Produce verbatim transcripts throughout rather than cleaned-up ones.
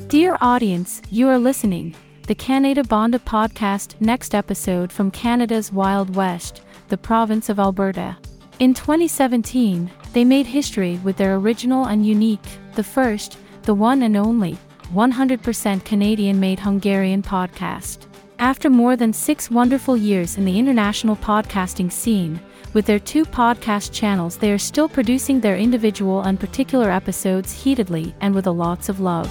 Dear audience, you are listening the Canada Bonda podcast, next episode from Canada's Wild West, the province of Alberta. In twenty seventeen, they made history with their original and unique, the first, the one and only, one hundred percent Canadian-made Hungarian podcast. After more than six wonderful years in the international podcasting scene, with their two podcast channels, they are still producing their individual and particular episodes heatedly and with a lots of love.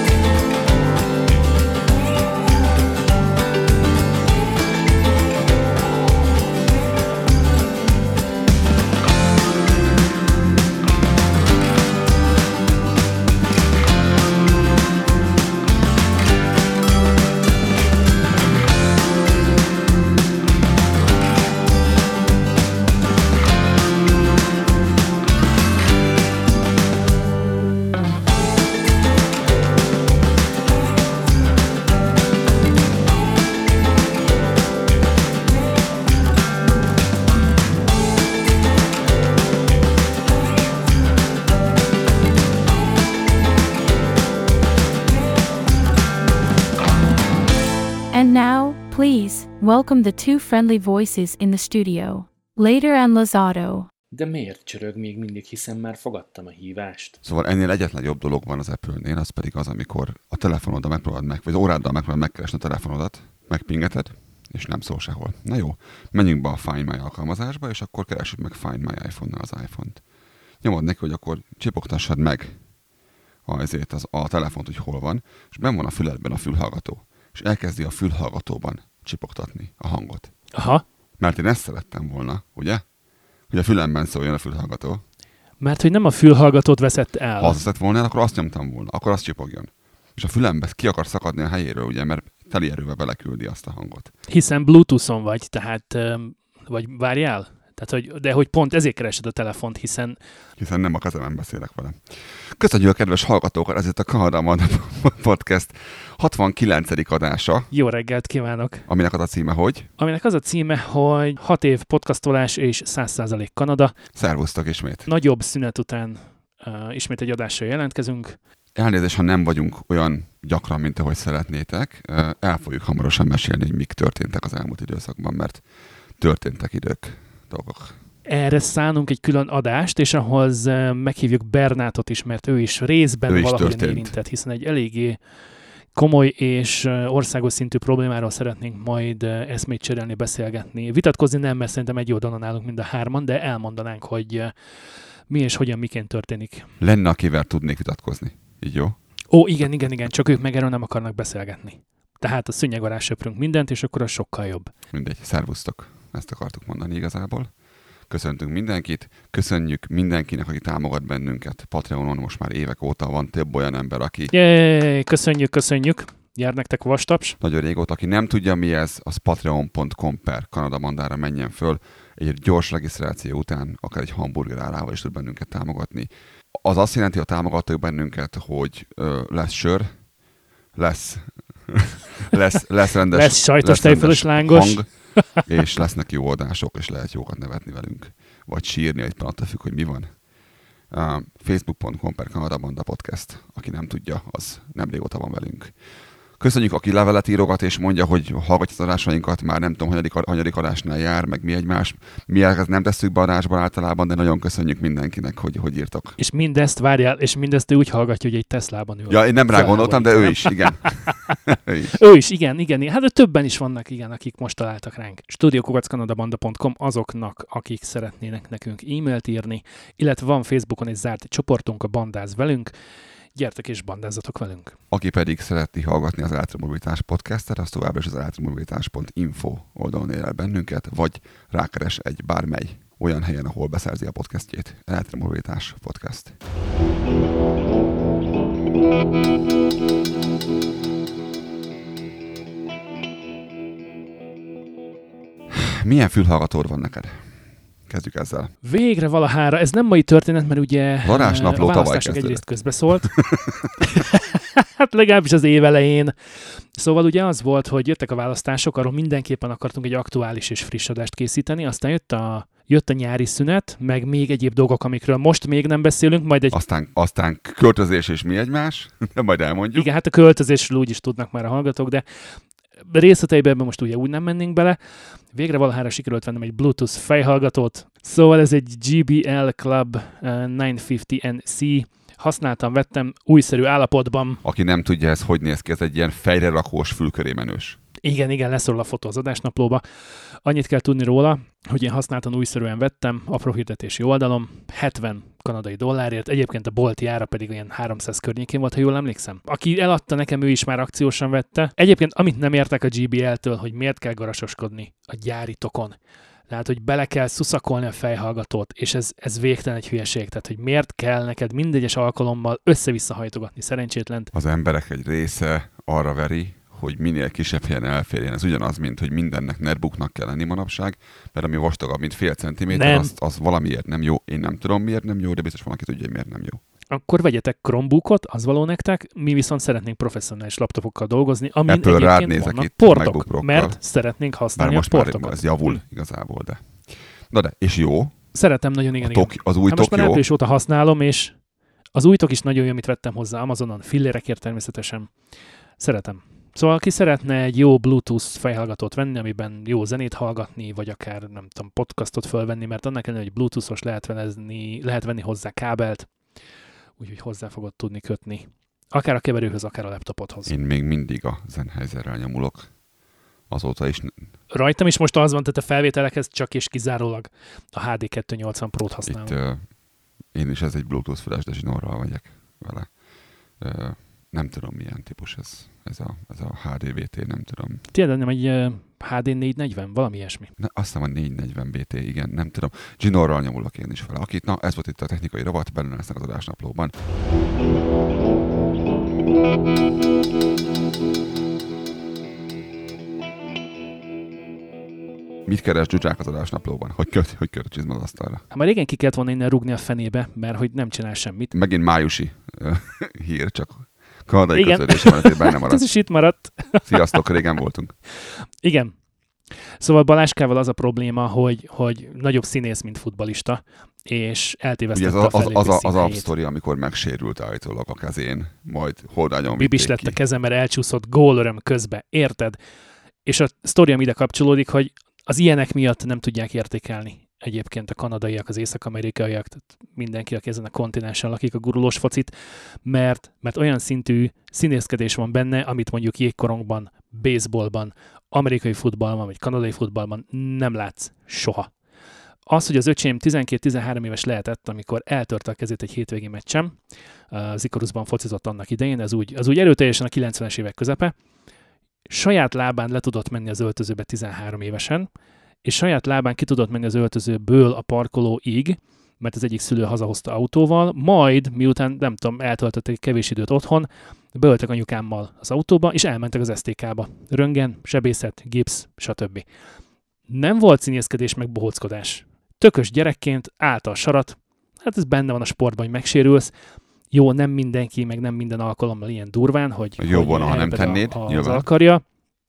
And now, please, welcome the two friendly voices in the studio, Later and Lazado. De miért csörög még mindig, hiszen már fogadtam a hívást? Szóval ennél egyetlen jobb dolog van az Apple-nél, az pedig az, amikor a telefonoddal megpróbálod meg, vagy az óráddal megpróbálod megkeresni a telefonodat, megpingeted, és nem szól sehol. Na jó, menjünk be a Find My alkalmazásba, és akkor keressük meg Find My iPhone-nal az iPhone-t. Nyomod neki, hogy akkor csipogtassad meg azért az, a telefont, hogy hol van, és benn van a füledben a fülhallgató. És elkezdi a fülhallgatóban csipogtatni a hangot. Aha. Mert én ezt szerettem volna, ugye? Hogy a fülemben szóljon a fülhallgató. Mert hogy nem a fülhallgatót veszett el. Ha azt veszett volna el, akkor azt nyomtam volna, akkor azt csipogjon. És a fülembe ki akar szakadni a helyéről, ugye, mert teli erővel beleküldi azt a hangot. Hiszen Bluetooth-on vagy, tehát, vagy várjál? Tehát, hogy, de hogy pont ezért keresed a telefont, hiszen... Hiszen nem a kezemen beszélek vele. Köszönjük a kedves hallgatókat, ez itt a Canada Bonda podcast hatvankilencedik adása. Jó reggelt kívánok! Aminek az a címe, hogy? Aminek az a címe, hogy hat év podcastolás és száz százalék Kanada. Szervusztok ismét! Nagyobb szünet után uh, ismét egy adással jelentkezünk. Elnézést, ha nem vagyunk olyan gyakran, mint ahogy szeretnétek. Uh, el fogjuk hamarosan mesélni, hogy mik történtek az elmúlt időszakban, mert történtek idők. Dolgok. Erre szánunk egy külön adást, és ahhoz meghívjuk Bernátot is, mert ő is részben ő valahogyan érintett, hiszen egy eléggé komoly és országos szintű problémáról szeretnénk majd eszmét cserélni, beszélgetni. Vitatkozni nem, mert szerintem egy oldalon állunk mind a hárman, de elmondanánk, hogy mi és hogyan, miként történik. Lenne, akivel tudnék vitatkozni. Így jó? Ó, igen, igen, igen, csak ők meg erről nem akarnak beszélgetni. Tehát a szőnyeg alá söprünk mindent, és akkor az sokkal jobb. Mindegy, szervusztok. Ezt akartuk mondani igazából. Köszöntünk mindenkit, köszönjük mindenkinek, aki támogat bennünket. Patreonon most már évek óta van több olyan ember, aki... Jé, köszönjük, köszönjük. Jár nektek vastaps. Nagyon régóta, aki nem tudja, mi ez, az patreon pont com per Canada Bondára menjen föl. Egy gyors regisztráció után akár egy hamburger árával is tud bennünket támogatni. Az azt jelenti, hogy támogatók bennünket, hogy ö, lesz sör, lesz, lesz, lesz rendes... Lesz sajtos tejfölös lángos. Hang, és lesznek jó adások, és lehet jókat nevetni velünk. Vagy sírni, egy pillanattól függ, hogy mi van. Uh, Facebook pont com per Canada Bonda podcast. Aki nem tudja, az nem régóta van velünk. Köszönjük, aki levelet írogat, és mondja, hogy hallgatja az adásainkat, már nem tudom, hanyadik, hanyadik adásnál jár, meg mi egymás. Mi ezt nem tesszük be adásban általában, de nagyon köszönjük mindenkinek, hogy, hogy írtok. És mindezt, várjál, és mindezt ő úgy hallgatja, hogy egy Teslában ül. Ja, én nem rá gondoltam, de ő is, igen. ő is. Ő is, igen, igen. Hát többen is vannak, igen, akik most találtak ránk. studio kukac canada bonda pont com azoknak, akik szeretnének nekünk e-mailt írni, illetve van Facebookon egy zárt csoportunk, a Bandáz velünk. Gyertek és bandázzatok velünk. Aki pedig szereti hallgatni az Elektromobilitás podcastet, az továbbra is az elektromobilitás pont info oldalon ér el bennünket, vagy rákeres egy bármely olyan helyen, ahol beszerzi a podcastjét. Elektromobilitás podcast. Milyen fülhallgatód van neked? Kezdjük ezzel. Végre valahára. Ez nem mai történet, mert ugye Varázsnapló a választások egyrészt közbeszólt. Hát legalábbis az év elején. Szóval ugye az volt, hogy jöttek a választások, arról mindenképpen akartunk egy aktuális és friss adást készíteni, aztán jött a jött a nyári szünet, meg még egyéb dolgok, amikről most még nem beszélünk, majd egy... Aztán, aztán költözés és mi egymás, majd elmondjuk. Igen, hát a költözésről úgy is tudnak már a hallgatók, de részleteiben most ugye úgy nem mennénk bele. Végre valahára sikerült vennem egy Bluetooth fejhallgatót, szóval ez egy J B L Club kilencszázötven N C, használtam, vettem újszerű állapotban. Aki nem tudja, ez hogy néz ki, ez egy ilyen fejre rakós fülkörémenős. Igen, igen, leszorul a fotó az adásnaplóba. Annyit kell tudni róla, hogy én használtan újszerűen vettem, apró hirdetési oldalon, hetven kanadai dollárért, egyébként a bolti ára pedig olyan háromszáz környékén volt, ha jól emlékszem. Aki eladta nekem, ő is már akciósan vette. Egyébként, amit nem értek a J B L-től, hogy miért kell garasoskodni a gyári tokon. Tehát, hogy bele kell szuszakolni a fejhallgatót, és ez, ez végtelen egy hülyeség. Tehát, hogy miért kell neked mindegyes alkalommal össze-vissza hajtogatni szerencsétlent. Az emberek egy része arra veri, hogy minél kisebb helyen elférjen. Ez ugyanaz, mint hogy mindennek netbooknak kell lenni manapság, mert ami vastagabb, mint fél centiméter, az, az valamiért nem jó. Én nem tudom, miért nem jó, de biztos valaki tudja, hogy miért nem jó. Akkor vegyetek Chromebookot, az való nektek, mi viszont szeretnénk professzionális laptopokkal dolgozni, amin Apple egyébként vannak itt, portok, mert szeretnénk használni Bár a portokat. Már ez javul igazából, de... Na de, és jó? Szeretem nagyon, igen, igen. Tok, az új hát most tok már jó? április óta használom, és az új tok is nagyon jó, amit vettem hozzá Amazonon, fillérekért természetesen. Szeretem. Szóval aki szeretne egy jó Bluetooth fejhallgatót venni, amiben jó zenét hallgatni, vagy akár, nem tudom, podcastot fölvenni, mert annak ellenére, hogy Bluetooth-os lehet, venezni, lehet venni hozzá kábelt, úgyhogy hozzá fogod tudni kötni. Akár a keverőhöz, akár a laptopodhoz. Én még mindig a Sennheiserrel nyomulok. Azóta is... Rajtam is most az van, tehát a felvételekhez csak és kizárólag a H D kétszáznyolcvan Pro-t használom. Itt uh, én is ez egy Bluetooth füles, de zsinórral vagyok vele. Uh, nem tudom, milyen típus ez. Ez a, ez a H D V T, nem tudom. Tényleg nem egy uh, H D négyszáznegyven, valami ilyesmi. Na, azt hiszem a négyszáznegyven B T, igen, nem tudom. Zsinórral nyomulok én is vele. Akit, na, ez volt itt a technikai rovat, benne lesznek az adásnaplóban. Mit keres Zsuzsák az adásnaplóban? Hogy köt, hogy köt a csizma az asztalra? Hát már régen ki kellett volna innen rúgni a fenébe, mert hogy nem csinál semmit. Megint májusi uh, hír, csak kanadai közöldése van, benne maradt. Ez is itt maradt. Sziasztok, régen voltunk. Igen. Szóval Baláskával az a probléma, hogy, hogy nagyobb színész, mint futballista, és eltévesztette az, a fellépés az, az, az, az színhelyét. absztori, amikor megsérült állítólag a kezén, majd holdányon Bibis lett a kezem, mert elcsúszott gólöröm közbe. Érted? És a sztoriam ide kapcsolódik, hogy az ilyenek miatt nem tudják értékelni egyébként a kanadaiak, az észak-amerikaiak, tehát mindenki, aki ezen a kontinensen lakik, a gurulós focit, mert, mert olyan szintű színészkedés van benne, amit mondjuk jégkorongban, baseballban, amerikai futballban, vagy kanadai futballban nem látsz soha. Az, hogy az öcsém tizenkét-tizenhárom éves lehetett, amikor eltörte a kezét egy hétvégi meccsem, az Icarusban focizott annak idején, ez úgy, az úgy erőteljesen a kilencvenes évek közepe, saját lábán le tudott menni az öltözőbe tizenhárom évesen, és saját lábán ki tudott menni az öltözőből a parkolóig, mert az egyik szülő hazahozta autóval, majd, miután, nem tudom, eltöltöttek egy kevés időt otthon, beöltek anyukámmal az autóba, és elmentek az es té ká-ba. Röntgen, sebészet, gipsz, stb. Nem volt színészkedés, meg bohóckodás. Tökös gyerekként állta a sarat, hát ez benne van a sportban, hogy megsérülsz. Jó, nem mindenki, meg nem minden alkalommal ilyen durván, hogy, jó volna, ha nem tennéd, a, az alkarja,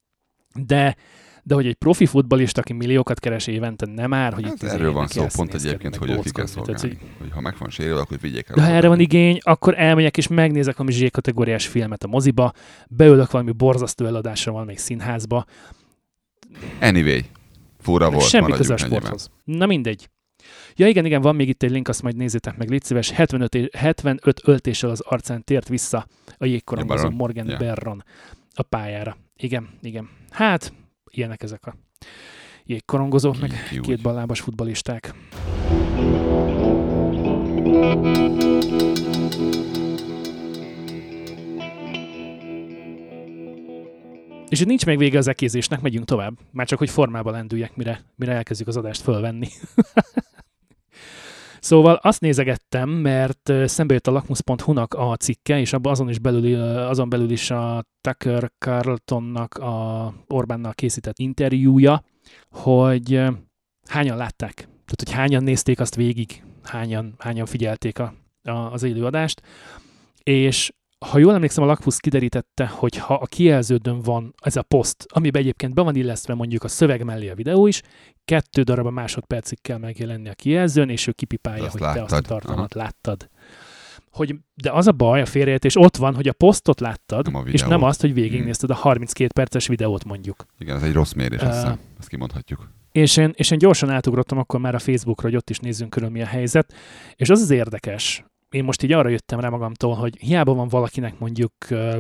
de de hogy egy profi futballista, aki milliókat keres évente, nem ár, hogy hát itt erről van szó, pont egyébként, hogy őt ki kell szolgálni. Tehát, hogy, hogy ha meg van sérül, akkor vigyék el. De ha erre van igény, akkor elmegyek és megnézek valami zsé-kategóriás filmet a moziba, beülök valami borzasztó eladásra valamelyik színházba. Anyway, fura volt, semmi köze a sporthoz. Na mindegy. Ja igen, igen, van még itt egy link, azt majd nézzétek meg, légy szíves. hetvenöt, hetvenöt öltéssel az arcán tért vissza a jégkorongozó Morgan yeah. Berron a pályára. Igen, igen. Hát, ilyenek ezek a jégkorongozók, meg két ballábas futballisták. És itt nincs még vége az ekézésnek, megyünk tovább. Már csak, hogy formába lendüljek, mire, mire elkezdjük az adást fölvenni. Szóval azt nézegettem, mert szembe jött a lakmus pont hu-nak a cikke, és abban azon, is belül, azon belül is a Tucker Carltonnak a Orbánnal készített interjúja, hogy hányan látták, tehát hogy hányan nézték azt végig, hányan, hányan figyelték a, a, az élőadást, és ha jól emlékszem, a Lakpusz kiderítette, hogy ha a kijelződön van ez a poszt, amiben egyébként be van illesztve mondjuk a szöveg mellé a videó is, kettő darab a másodpercig kell megjelenni a kijelzőn, és ő kipipálja, azt hogy láttad. Te azt a tartalmat Aha. láttad. Hogy, de az a baj, a félreértés ott van, hogy a posztot láttad, nem és nem azt, hogy végignézted a harminckét perces videót mondjuk. Igen, ez egy rossz mérés, uh, azt, azt kimondhatjuk. És én, és én gyorsan átugrottam akkor már a Facebookra, hogy ott is nézzünk körül, mi a helyzet. És az az érdekes, én most így arra jöttem rá magamtól, hogy hiába van valakinek mondjuk uh,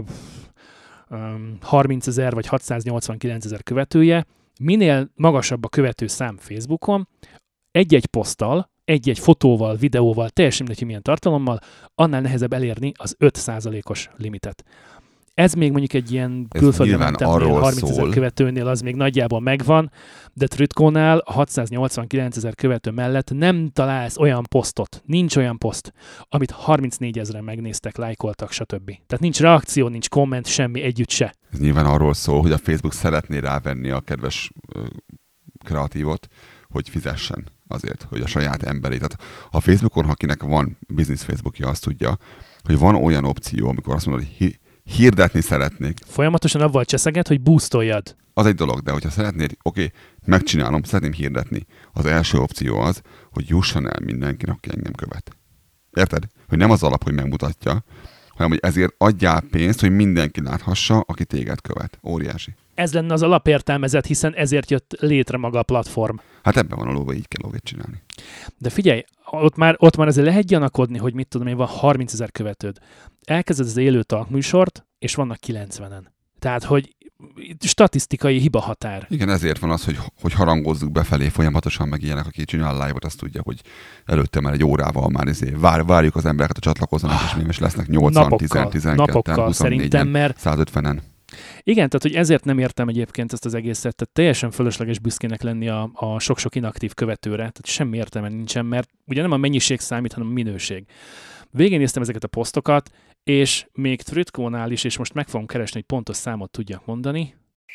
um, harmincezer vagy hatszáznyolcvankilencezer követője, minél magasabb a követő szám Facebookon, egy-egy poszttal, egy-egy fotóval, videóval, teljesen mindegy, milyen tartalommal, annál nehezebb elérni az öt százalékos limitet. Ez még mondjuk egy ilyen külföldön mentemnél, harmincezer követőnél az még nagyjából megvan, de Trütkónál a hatszáznyolcvankilencezer követő mellett nem találsz olyan posztot, nincs olyan poszt, amit harmincnégyezren megnéztek, lájkoltak, stb. Tehát nincs reakció, nincs komment, semmi együtt se. Ez nyilván arról szól, hogy a Facebook szeretné rávenni a kedves uh, kreatívot, hogy fizessen azért, hogy a saját emberét. Tehát a Facebookon, ha akinek van business Facebookja, azt tudja, hogy van olyan opció, amikor azt mondod, hogy hi- hirdetni szeretnék. Folyamatosan avval cseszeget, hogy boostoljad. Az egy dolog, de hogyha szeretnéd, oké, okay, megcsinálom, szeretném hirdetni. Az első opció az, hogy jusson el mindenkinek, aki engem követ. Érted? Hogy nem az alap, hogy megmutatja, hanem hogy ezért adjál pénzt, hogy mindenki láthassa, aki téged követ. Óriási. Ez lenne az alapértelmezet, hiszen ezért jött létre maga a platform. Hát ebben van a lóva, így kell lóvét csinálni. De figyelj, ott már, ott már azért lehet gyanakodni, hogy mit tudom én, van harmincezer követőd. Elkezded az élő talkműsort, és vannak kilencvenen. Tehát, hogy statisztikai hiba határ. Igen, ezért van az, hogy, hogy harangozzuk befelé folyamatosan, meg ilyenek, aki csinál live-ot, azt tudja, hogy előtte már egy órával már izé, vár, várjuk az embereket, hogy csatlakozzanak, ah, és mi is lesznek nyolcvan, tíz, tizenkettő, huszonnégyen, százötvenen. Igen, tehát hogy ezért nem értem egyébként ezt az egészet, tehát teljesen fölösleges büszkének lenni a, a sok-sok inaktív követőre, tehát semmi értelme nincsen, mert ugye nem a mennyiség számít, hanem a minőség. Végén néztem ezeket a posztokat, és még Trütkónál is, és most meg fogom keresni, hogy pontos számot tudjak mondani.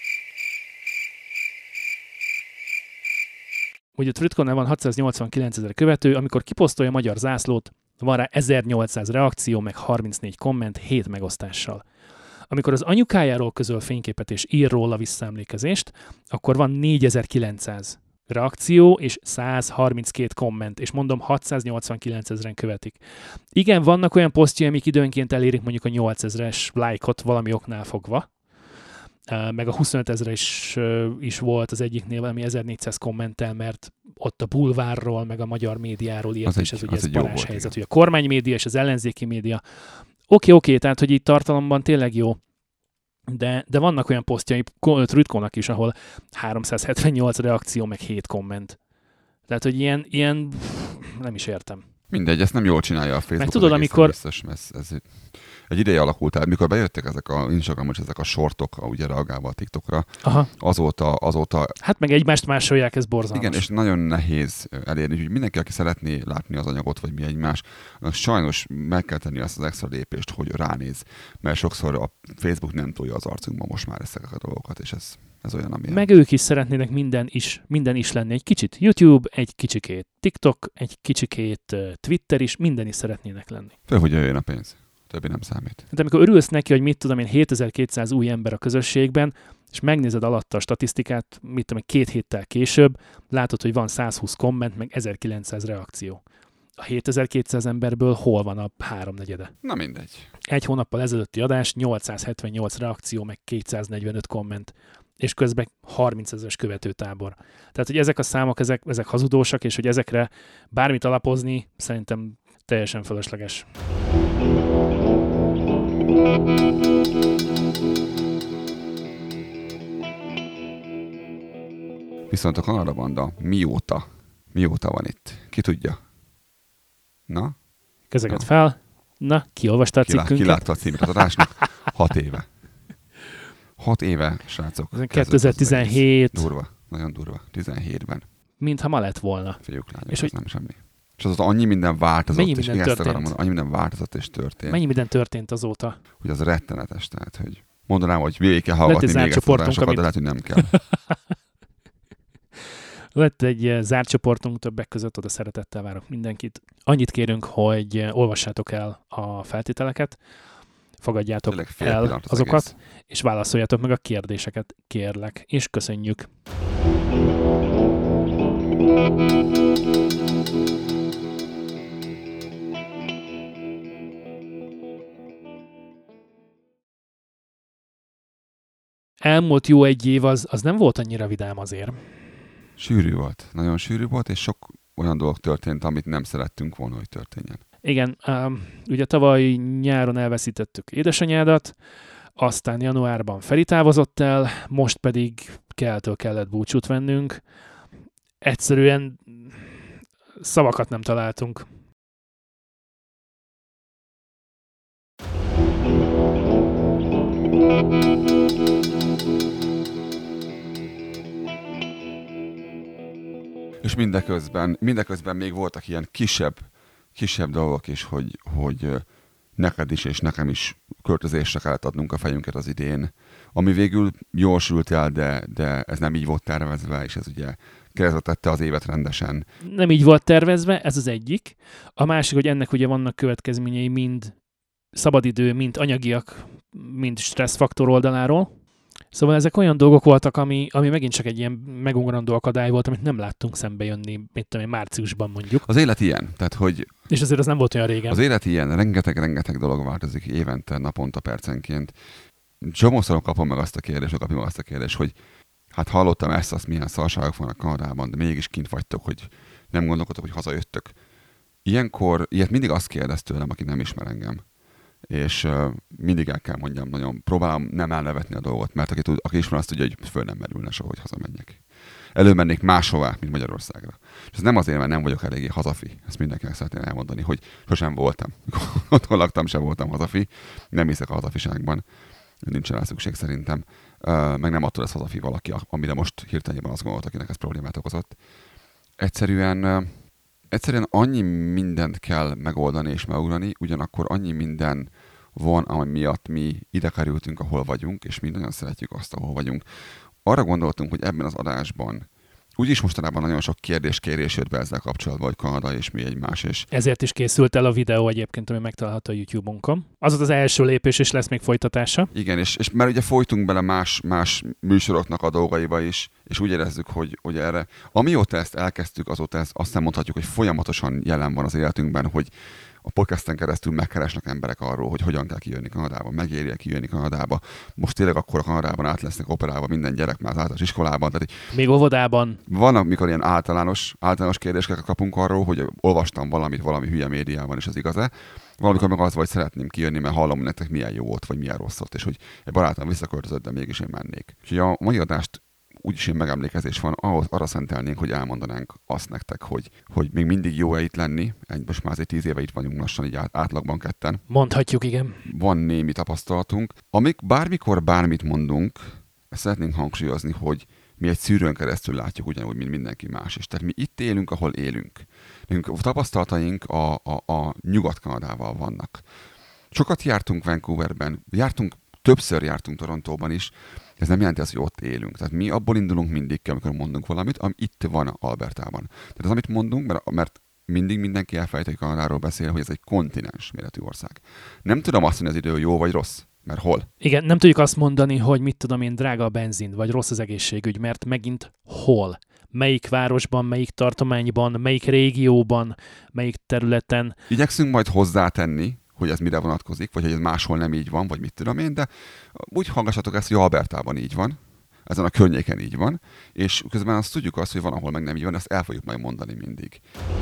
Ugye Trütkónál van hatszáznyolcvankilencezer követő, amikor kiposztolja a magyar zászlót, van rá ezernyolcszáz reakció, meg harmincnégy komment, hét megosztással. Amikor az anyukájáról közöl fényképet és ír róla visszaemlékezést, akkor van négyezer-kilencszáz reakció és száz harminckét komment, és mondom, hatszáznyolcvankilencezren követik. Igen, vannak olyan posztjai, amik időnként elérik mondjuk a nyolcezres lájkot valami oknál fogva, meg a huszonötezer is, is volt az egyiknél valami ezernégyszáz kommentel, mert ott a bulvárról, meg a magyar médiáról írt, és ez ugye ez varázshelyzet, hogy a kormánymédia és az ellenzéki média. Oké, oké, tehát, hogy így tartalomban tényleg jó, de, de vannak olyan posztjai Trütkónak is, ahol háromszázhetvennyolc reakció, meg hét komment. Tehát, hogy ilyen, ilyen nem is értem. Mindegy, ezt nem jól csinálja a Facebook. Meg tudod, amikor... Biztos, ez, ez egy ideje alakult át, mikor bejöttek ezek a Instagramos, ezek a sortok, ugye reagálva a TikTokra, Aha. azóta, azóta... Hát meg egymást másolják, ez borzalmas. Igen, és nagyon nehéz elérni, hogy mindenki, aki szeretné látni az anyagot, vagy mi egymás, sajnos meg kell tenni azt az extra lépést, hogy ránéz, mert sokszor a Facebook nem tolja az arcunkba most már ezeket a dolgokat, és ez, ez olyan, ami... Meg ők is szeretnének minden is, minden is lenni. Egy kicsit YouTube, egy kicsikét TikTok, egy kicsikét Twitter is, minden is szeretnének lenni. Fő, hogy jöjjön a pénz. Többi nem számít. De amikor örülsz neki, hogy mit tudom én, hétezer-kétszáz új ember a közösségben, és megnézed alatta a statisztikát, mit tudom én, két héttel később, látod, hogy van száz húsz komment, meg ezerkilencszáz reakció. A hétezer-kétszáz emberből hol van a háromnegyede? Na mindegy. Egy hónappal ezelőtti adás, nyolcszázhetvennyolc reakció, meg kétszáznegyvenöt komment, és közben harmincezres követőtábor. Tehát, hogy ezek a számok, ezek, ezek hazudósak, és hogy ezekre bármit alapozni, szerintem teljesen fölösleges. Viszont a Kanada Banda mióta, mióta van itt? Ki tudja? Na? Kezeket Na. fel. Na, ki olvasta a cikkünket? Ki látta a címet az adásnak? Hat éve. Hat éve, srácok. kétezer-tizenhét. Durva, nagyon durva. tizenhétben. Mintha ma lett volna. Fiúk, lányok, és hogy... nem semmi. És azóta annyi minden változott, mennyi minden és történt? Mondani, annyi minden változott és történt. Mennyi minden történt azóta? Hogy az rettenetes, tehát, hogy mondanám, hogy végig kell hallgatni még ezt az adásokat, amit... de lehet, hogy nem kell. Lett egy zárt csoportunk, többek között, oda szeretettel várok mindenkit. Annyit kérünk, hogy olvassátok el a feltételeket, fogadjátok el azokat, egész. És válaszoljátok meg a kérdéseket, kérlek, és köszönjük. Elmúlt jó egy év, az, az nem volt annyira vidám azért. Sűrű volt, nagyon sűrű volt, és sok olyan dolog történt, amit nem szerettünk volna, hogy történjen. Igen, um, ugye tavaly nyáron elveszítettük édesanyádat, aztán januárban Feri távozott el, most pedig Kelltől kellett búcsút vennünk. Egyszerűen szavakat nem találtunk. És mindeközben, mindeközben még voltak ilyen kisebb, kisebb dolgok is, hogy, hogy neked is és nekem is költözésre kellett adnunk a fejünket az idén, ami végül jól sült el, de, de ez nem így volt tervezve, és ez ugye keresztbe tette az évet rendesen. Nem így volt tervezve, ez az egyik. A másik, hogy ennek ugye vannak következményei mind szabadidő, mind anyagiak, mind stresszfaktor oldaláról. Szóval ezek olyan dolgok voltak, ami, ami megint csak egy ilyen megugrandó akadály volt, amit nem láttunk szembe jönni, mit tudom én, márciusban mondjuk. Az élet ilyen, tehát hogy... És azért az nem volt olyan régen. Az élet ilyen, rengeteg-rengeteg dolog változik évente, naponta, percenként. Csomószor kapom meg azt a kérdést, kapom meg azt a kérdést, hogy hát hallottam ezt, azt milyen szarságok vannak Kanadában, de mégis kint vagytok, hogy nem gondolkodtok, hogy hazajöttök. Ilyenkor, ilyet mindig azt kérdez tőlem, aki nem ismer engem. És uh, mindig el kell mondjam, nagyon próbálom nem elnevetni a dolgot, mert aki, tud, aki ismer, azt tudja, hogy föl nem merülne soha, hogy hazamenjek. Előmennék máshová, mint Magyarországra. És ez nem azért, mert nem vagyok eléggé hazafi. Ezt mindenkinek szeretném elmondani, hogy sosem voltam. Otthon laktam, sem voltam hazafi. Nem hiszek a hazafiságban. Nincsen rá szükség szerintem. Uh, meg nem attól lesz hazafi valaki, amire most hirtelenjében azt gondolt, akinek ez problémát okozott. Egyszerűen... Uh, Egyszerűen annyi mindent kell megoldani és megugrani, ugyanakkor annyi minden van, ami miatt mi ide kerültünk, ahol vagyunk, és mi nagyon szeretjük azt, ahol vagyunk. Arra gondoltunk, hogy ebben az adásban, úgyis mostanában nagyon sok kérdés-kérés jött be ezzel kapcsolatban, hogy Kanada és mi egymás. És... Ezért is készült el a videó egyébként, ami megtalálható a YouTube-onkon. Az volt az első lépés, és lesz még folytatása. Igen, és, és mert ugye folytunk bele más, más műsoroknak a dolgaiba is, és úgy érezzük, hogy, hogy erre, amióta ezt elkezdtük, azóta ezt azt nem mondhatjuk, hogy folyamatosan jelen van az életünkben, hogy a podcasten keresztül megkeresnek emberek arról, hogy hogyan kell kijönni Kanadába, megéri-e kijönni Kanadába. Most tényleg akkor a Kanadában át lesznek operálva minden gyerek már az általános iskolában. Tehát, még óvodában. Van, amikor ilyen általános, általános kérdéseket kapunk arról, hogy olvastam valamit valami hülye médiában, és az igaz-e. Valamikor meg az, hogy szeretném kijönni, mert hallom, hogy nektek milyen jó volt, vagy milyen rossz volt, és hogy egy barátom visszaköltözött, de mégis én mennék. Úgyhogy a mai adást úgyis én megemlékezés van, ahhoz arra szentelnénk, hogy elmondanánk azt nektek, hogy, hogy még mindig jó-e itt lenni. Most már azért tíz éve itt vagyunk lassan, így átlagban ketten. Mondhatjuk, igen. Van némi tapasztalatunk. Amik bármikor bármit mondunk, ezt szeretnénk hangsúlyozni, hogy mi egy szűrőn keresztül látjuk ugyanúgy, mint mindenki más is. Tehát mi itt élünk, ahol élünk. Nekünk a tapasztalataink a, a, a Nyugat-Kanadával vannak. Sokat jártunk Vancouverben, jártunk, többször jártunk Torontóban is. Ez nem jelenti azt, hogy ott élünk. Tehát mi abból indulunk mindig, amikor mondunk valamit, ami itt van Albertában. Tehát az, amit mondunk, mert, mert mindig mindenki elfelejt, hogy Kanadáról beszél, hogy ez egy kontinens méretű ország. Nem tudom azt mondani, az idő jó vagy rossz, mert hol? Igen, nem tudjuk azt mondani, hogy mit tudom én, drága a benzin, vagy rossz az egészségügy, mert megint hol? Melyik városban, melyik tartományban, melyik régióban, melyik területen. Igyekszünk majd hozzátenni, hogy ez mire vonatkozik, vagy hogy ez máshol nem így van, vagy mit tudom én, de úgy hallgassatok ezt, hogy Albertában így van, ezen a környéken így van, és közben azt tudjuk azt, hogy van, ahol meg nem így van, ezt el fogjuk majd mondani mindig.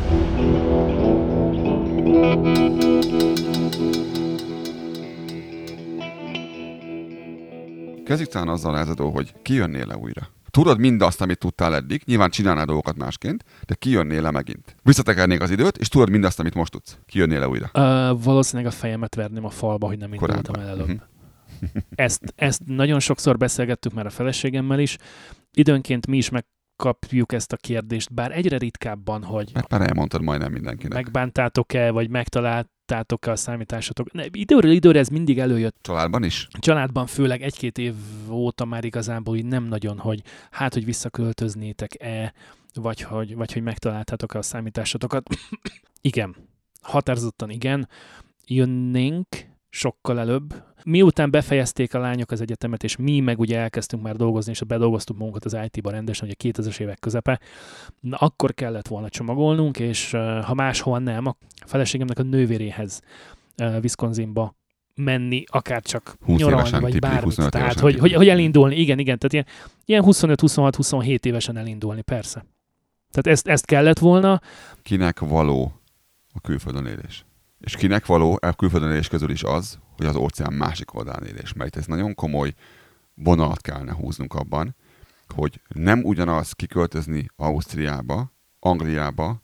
Kezdjük talán azzal lázadó, hogy kijönnél le újra. Tudod mindazt, amit tudtál eddig, nyilván csinálnád dolgokat másként, de kijönnél le megint. Visszatekernék az időt, és tudod mindazt, amit most tudsz. Kijönnél le újra. Uh, valószínűleg a fejemet verném a falba, hogy nem indultam el előbb. ezt, ezt nagyon sokszor beszélgettük már a feleségemmel is. Időnként mi is megkapjuk ezt a kérdést, bár egyre ritkábban, hogy... Mert már elmondtad majdnem mindenkinek. Megbántátok-e, vagy megtaláltátok-e a számításotok? Ne, időről időre ez mindig előjött. Családban is? Családban főleg egy-két év óta már igazából így nem nagyon, hogy hát, hogy visszaköltöznétek-e, vagy hogy, vagy hogy megtaláltátok-e a számításotokat. Igen. Határozottan igen. Jönnénk, sokkal előbb. Miután befejezték a lányok az egyetemet, és mi meg ugye elkezdtünk már dolgozni, és bedolgoztuk magunkat az í té-ba rendesen, ugye kétezres évek közepe, na akkor kellett volna csomagolnunk, és ha máshol nem, a feleségemnek a nővéréhez Wisconsinba menni, akár csak nyaralni, vagy bármit. Tehát, hogy, hogy, hogy elindulni, igen, igen, tehát ilyen, ilyen huszonöt huszonhat huszonhét évesen elindulni, persze. Tehát ezt, ezt kellett volna. Kinek való a külföldön élés? És kinek való a külföldön élés közül is az, hogy az óceán másik oldalán élés. Mert ez nagyon komoly vonalat kellene húznunk abban, hogy nem ugyanaz kiköltözni Ausztriába, Angliába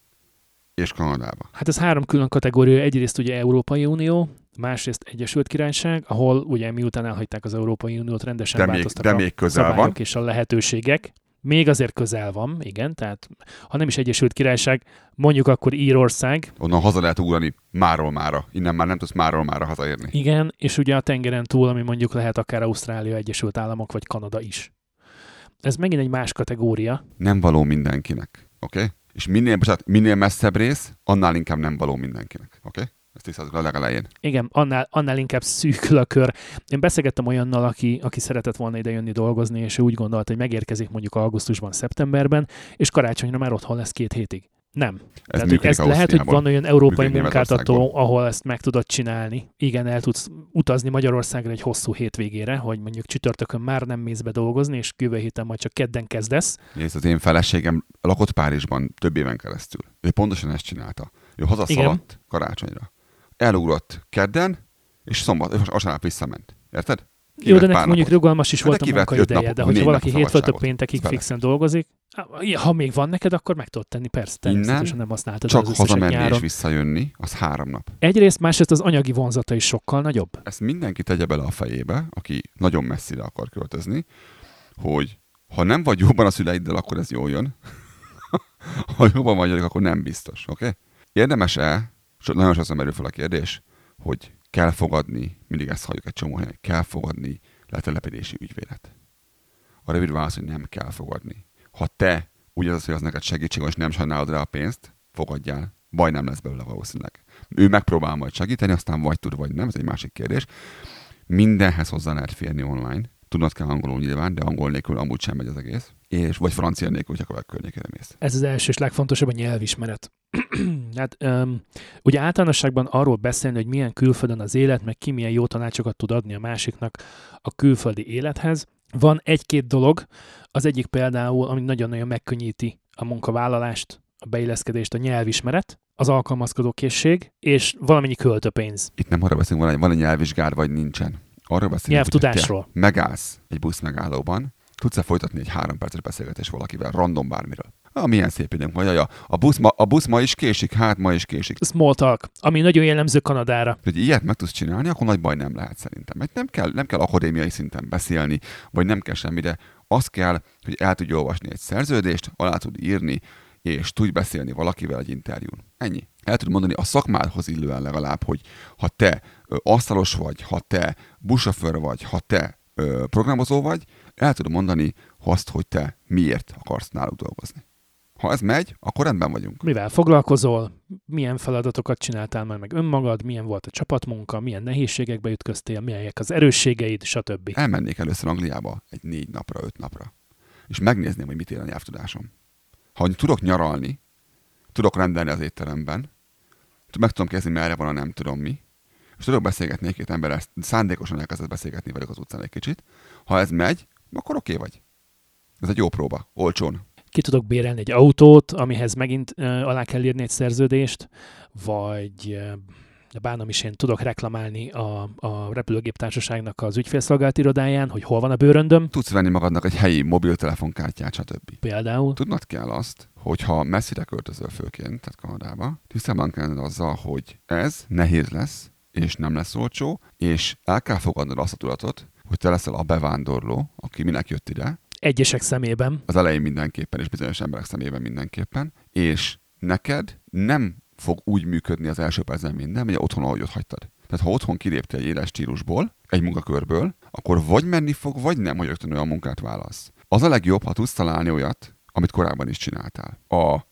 és Kanadába. Hát ez három külön kategória. Egyrészt ugye Európai Unió, másrészt Egyesült Királyság, ahol ugye miután elhagyták az Európai Uniót, rendesen de változtak még, de a még közel szabályok van. És a lehetőségek. Még azért közel van, igen, tehát ha nem is Egyesült Királyság, mondjuk akkor Írország. Onnan haza lehet ugrani máról mára. Innen már nem tudsz máról mára hazaérni. Igen, és ugye a tengeren túl, ami mondjuk lehet akár Ausztrália, Egyesült Államok vagy Kanada is. Ez megint egy más kategória. Nem való mindenkinek, oké? Okay? És minél, bocsánat, minél messzebb rész, annál inkább nem való mindenkinek, oké? Okay? Ezt tisztázunk a legelején. Igen, annál, annál inkább szűkül a kör. Én beszélgettem olyannal, aki, aki szeretett volna ide jönni dolgozni, és ő úgy gondolta, hogy megérkezik mondjuk augusztusban, szeptemberben, és karácsonyra már otthon lesz két hétig. Nem. Ez Tehát, ez lehet, hogy van olyan európai munkáltató, ahol ezt meg tudod csinálni. Igen, el tudsz utazni Magyarországra egy hosszú hétvégére, hogy mondjuk csütörtökön már nem mész be dolgozni, és jövő héten majd csak kedden kezdesz. Nézd, az én feleségem lakott Párizsban több éven keresztül. Ő pontosan ezt csinálta. Ő hazaszaladt Igen. karácsonyra. Elugrott kedden, és szombat, és vasárnap visszament. Érted? Jó, de neki mondjuk rugalmas is volt a munkaideje, de hogyha valaki hétfőtől péntekig fixen dolgozik, ha még van neked, akkor meg tudod tenni, persze, természetesen nem használtad csak az hazamenni nyáron. És visszajönni, az három nap. Egyrészt, másrészt az anyagi vonzata is sokkal nagyobb. Ezt mindenki tegye bele a fejébe, aki nagyon messzire akar költözni, hogy ha nem vagy jóban a szüleiddel, akkor ez jól jön. Ha jobban vagyok, akkor nem biztos, oké? Okay? Érdemes-e, nagyon sokszor merül fel a kérdés, hogy kell fogadni, mindig ezt halljuk egy csomó helyen, kell fogadni letelepedési ügyvédet. A rövid válasz, hogy nem kell fogadni. Ha te úgy az, hogy az neked segítség, és nem sajnálod rá a pénzt, fogadjál. Baj nem lesz belőle valószínűleg. Ő megpróbál majd segíteni, aztán vagy tud, vagy nem, ez egy másik kérdés. Mindenhez hozzá lehet férni online. Tudnod kell angolul nyilván, de angol nélkül amúgy sem megy az egész. És, vagy francia nélkül, hogyha a környékére mész. Ez az első és legfontosabb a nyelvismeret. hát, um, ugye általánosságban arról beszélni, hogy milyen külföldön az élet, meg ki milyen jó tanácsokat tud adni a másiknak a külföldi élethez. Van egy-két dolog, az egyik például, ami nagyon-nagyon megkönnyíti a munkavállalást, a beilleszkedést, a nyelvismeret, az alkalmazkodó készség, és valamennyi költőpénz. Itt nem arra beszélünk, van egy, van egy nyelvvizsgád, vagy nincsen. Arra beszélünk, nyelvtudásról. Hogy megállsz egy buszmegállóban, tudsz-e folytatni egy három perces beszélgetés valakivel, random bármiről. Ah, milyen szép időnk van, jaja, a busz, ma, a busz ma is késik, hát ma is késik. Small talk, ami nagyon jellemző Kanadára. Hogy ilyet meg tudsz csinálni, akkor nagy baj nem lehet szerintem. Mert nem kell, nem kell akadémiai szinten beszélni, vagy nem kell semmi, de az kell, hogy el tudj olvasni egy szerződést, alá tud írni, és tudj beszélni valakivel egy interjún. Ennyi. El tud mondani a szakmádhoz illően legalább, hogy ha te ö, asztalos vagy, ha te buszsofőr vagy, ha te ö, programozó vagy, el tud mondani azt, hogy te miért akarsz náluk dolgozni. Ha ez megy, akkor rendben vagyunk. Mivel foglalkozol, milyen feladatokat csináltál már meg önmagad, milyen volt a csapatmunka, milyen nehézségekbe ütköztél, milyenek az erősségeid, stb. Elmennék először Angliába egy négy napra, öt napra, és megnézném, hogy mit ér a nyelvtudásom. Ha tudok nyaralni, tudok rendelni az étteremben, meg tudom kezdeni, merre van a nem tudom mi, és tudok beszélgetni egy-két emberrel, szándékosan elkezdett beszélgetni velük az utcán egy kicsit. Ha ez megy, akkor oké vagy. Ez egy jó próba, olcsón. Ki tudok bérelni egy autót, amihez megint uh, alá kell írni egy szerződést, vagy uh, bánom is én tudok reklamálni a, a repülőgéptársaságnak az ügyfélszolgált irodáján, hogy hol van a bőröndöm. Tudsz venni magadnak egy helyi mobiltelefonkártyát, stb. Például. Tudnod kell azt, hogyha messzire költözöl főként, tehát Kanadába, tisztában kell azzal, hogy ez nehéz lesz, és nem lesz olcsó, és el kell fogadnod azt a tudatot, hogy te leszel a bevándorló, aki minek jött ide. Egyesek szemében. Az elején mindenképpen, és bizonyos emberek szemében mindenképpen. És neked nem fog úgy működni az első percben minden, hogy otthon, ahogy ott hagytad. Tehát ha otthon kiléptél egy éles stílusból, egy munkakörből, akkor vagy menni fog, vagy nem, hogy rögtön olyan munkát válasz. Az a legjobb, ha tudsz találni olyat, amit korábban is csináltál. A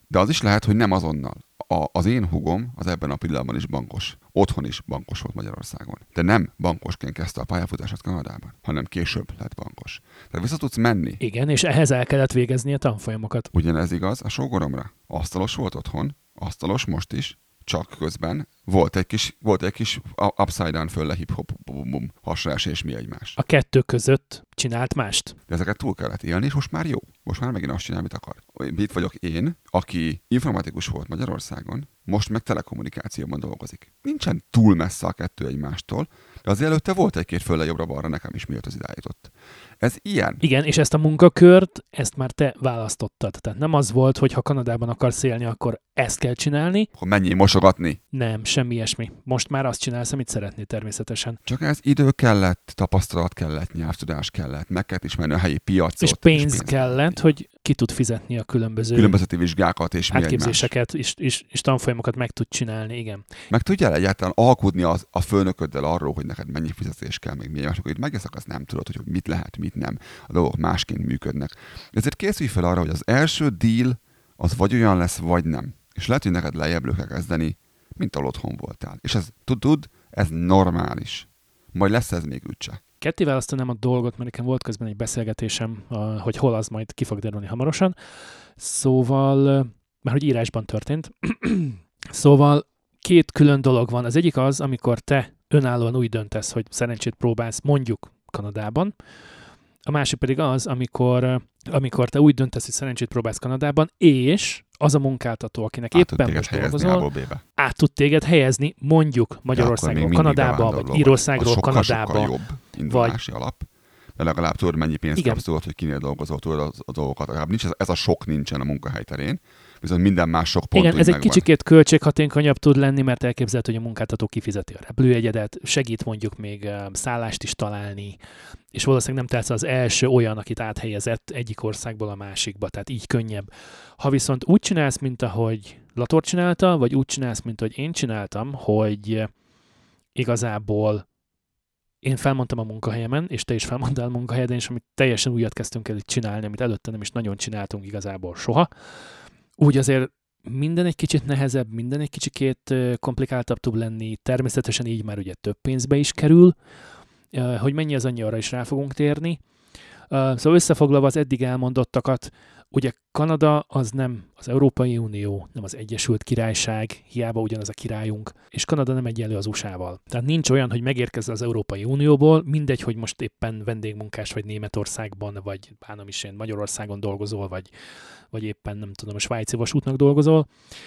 De az is lehet, hogy nem azonnal. A, az én hugom az ebben a pillanatban is bankos. Otthon is bankos volt Magyarországon. De nem bankosként kezdte a pályafutását Kanadában, hanem később lett bankos. Tehát vissza tudsz menni. Igen, és ehhez el kellett végezni a tanfolyamokat. Ugyanez igaz a sógoromra. Asztalos volt otthon, asztalos most is, csak közben volt egy kis, volt egy kis upside down föl le hip-hop, bum, bum, hasraesés mi egymás. A kettő között csinált mást. De ezeket túl kellett élni, és most már jó. Most már megint azt csinál, amit akar. Itt vagyok én, aki informatikus volt Magyarországon, most meg telekommunikációban dolgozik. Nincsen túl messze a kettő egymástól, de az előtte volt egy-két fölle jobbra-balra nekem is, miért az irányított. Ez ilyen. Igen, és ezt a munkakört, ezt már te választottad. Tehát nem az volt, hogy ha Kanadában akarsz élni, akkor ezt kell csinálni. Akkor menjél mosogatni. Nem, semmi ilyesmi. Most már azt csinálsz, amit szeretnél természetesen. Csak ez idő kellett, tapasztalat kellett, nyelvtudás kellett, meg kellett ismerni a helyi piacot. És pénz, és pénz kellett, kellett, hogy ki tud fizetni a különböző különbözeti vizsgákat és átképzéseket, és, és, és tanfolyamokat meg tud csinálni, igen. Meg tudjál egyáltalán alkudni az, a főnököddel arról, hogy neked mennyi fizetés kell, még milyen, akkor itt megeszek, azt nem tudod, hogy mit lehet, mit nem. A dolgok másként működnek. Ezért készülj fel arra, hogy az első deal az vagy olyan lesz, vagy nem. És lehet, hogy neked lejjebbről kell kezdeni, mint ahol otthon voltál. És ez, tud, tud, ez normális. Majd lesz ez még úgyse. Ketté választanám a dolgot, mert nekem volt közben egy beszélgetésem, hogy hol az majd ki fog derülni hamarosan. Szóval, mert hogy írásban történt. Szóval két külön dolog van. Az egyik az, amikor te önállóan úgy döntesz, hogy szerencsét próbálsz mondjuk Kanadában. A másik pedig az, amikor, amikor te úgy döntesz, hogy szerencsét próbálsz Kanadában, és az a munkáltató, akinek át éppen most dolgozol, át tud téged helyezni mondjuk Magyarországról Kanadába, vagy Írországról Kanadába. Sokkal jobb indulási vagy... alap, de legalább tudod, mennyi pénzt kapsz, tudod, hogy kinél dolgozol, tudod a dolgokat. Legalább nincs, ez a sok nincsen a munkahely terén, viszont minden más sok pont. Igen, ez egy megvan. Kicsikét költséghatékonyabb tud lenni, mert elképzelhető, hogy a munkáltató kifizeti a repülőjegyedet, segít mondjuk még szállást is találni, és valószínűleg nem tetsz az első olyan, akit áthelyezett egyik országból a másikba, tehát így könnyebb. Ha viszont úgy csinálsz, mint ahogy Lator csinálta, vagy úgy csinálsz, mint ahogy én csináltam, hogy igazából én felmondtam a munkahelyemen, és te is felmondtál a munkahelyeden, és amit teljesen újat kezdtünk el itt csinálni, amit előtte nem is nagyon csináltunk igazából soha. Úgy azért minden egy kicsit nehezebb, minden egy kicsikét komplikáltabb tud lenni, természetesen így már ugye több pénzbe is kerül, hogy mennyi az annyi, arra is rá fogunk térni. Szóval összefoglalva az eddig elmondottakat, ugye Kanada az nem az Európai Unió, nem az Egyesült Királyság, hiába ugyanaz a királyunk, és Kanada nem egyenlő az u es á-val. Tehát nincs olyan, hogy megérkezz az Európai Unióból, mindegy, hogy most éppen vendégmunkás vagy Németországban, vagy bánom is én Magyarországon dolgozol, vagy, vagy éppen nem tudom, a svájci vasútnak dolgozol.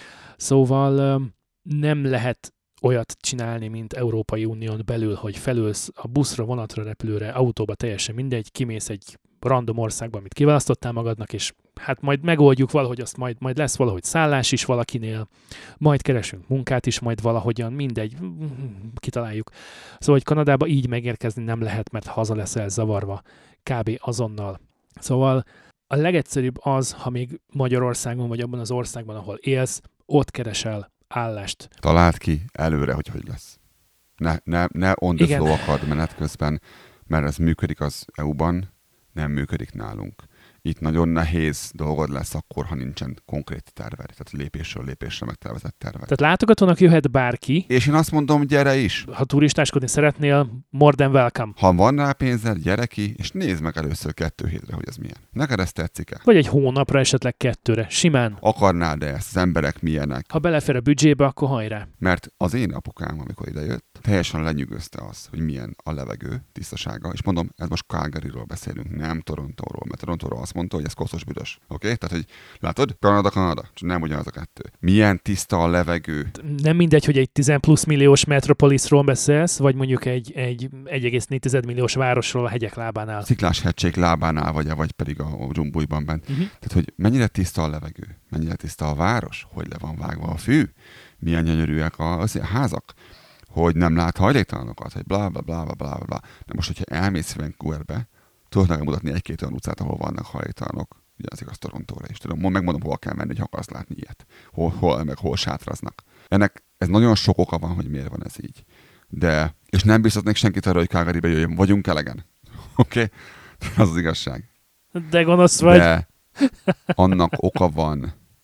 Szóval nem lehet olyat csinálni, mint Európai Unión belül, hogy felülsz a buszra, vonatra, repülőre, autóba, teljesen mindegy, kimész egy random országba, amit kiválasztottál magadnak, és hát majd megoldjuk valahogy, azt majd, majd lesz valahogy szállás is valakinél, majd keresünk munkát is, majd valahogyan, mindegy, kitaláljuk. Szóval, hogy Kanadába így megérkezni nem lehet, mert haza leszel zavarva, kb. Azonnal. Szóval a legegyszerűbb az, ha még Magyarországon, vagy abban az országban, ahol élsz, ott keresel állást. Találd ki előre, hogy hogy lesz. Ne, ne, ne on the flow akad menet közben, mert ez működik az é u-ban, nem működik nálunk. Itt nagyon nehéz dolgod lesz akkor, ha nincsen konkrét terved, tehát lépésről lépésre megtervezett terved. Tehát látogatónak jöhet bárki. És én azt mondom, gyere is. Ha turistáskodni szeretnél, more than welcome. Ha van rá pénzed, gyere ki, és nézd meg először kettő hétre, hogy ez milyen. Neked ez tetszik-e? Vagy egy hónapra, esetleg kettőre, simán. Akarnád-e ezt, az emberek milyenek? Ha belefér a büdzsébe, akkor hajrá. Mert az én apukám, amikor idejött, teljesen lenyűgözte az, hogy milyen a levegő tisztasága, és mondom, ez most Calgaryról beszélünk, nem Torontóról, mert Torontóról azt mondta, hogy ez koszos büdös. Oké? Okay? Tehát, hogy látod? Kanada, Kanada. Csak nem ugyanaz a kettő. Milyen tiszta a levegő. Nem mindegy, hogy egy tíz plusz milliós metropolisról beszélsz, vagy mondjuk egy, egy egy egész négy milliós városról a hegyek lábánál. Sziklás hegység lábánál, vagy, vagy pedig a, a dzsumbújban bent. Uh-huh. Tehát, hogy mennyire tiszta a levegő, mennyire tiszta a város, hogy le van vágva a fű, milyen gyönyörűek a, a házak, hogy nem lát hajléktalanokat, hogy bla bla bla bla bla bla. De most, hogyha elmész Vancouverbe, tudok nekem mutatni egy-két olyan utcát, ahol vannak hajléktalanok. Ugyanaz igaz Torontóra is. Tudom, megmondom, hol kell menni, hogy akarsz látni ilyet. Hol, hol, meg hol sátraznak. Ennek ez nagyon sok oka van, hogy miért van ez így. De, és nem biztatnék senkit arra, hogy Calgarybe jöjjön. Vagyunk elegen. Oké? Okay? Az az igazság. De gonosz vagy. De annak oka van,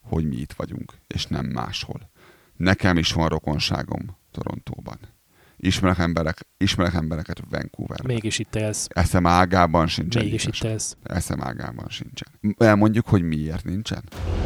hogy mi itt vagyunk, és nem máshol. Nekem is van rokonságom Torontóban. Ismerek, emberek, ismerek embereket Vancouverben. Mégis itt élsz. Eszem ágában sincsen. Mégis itt élsz. Eszem ágában sincsen. Elmondjuk, hogy miért nincsen?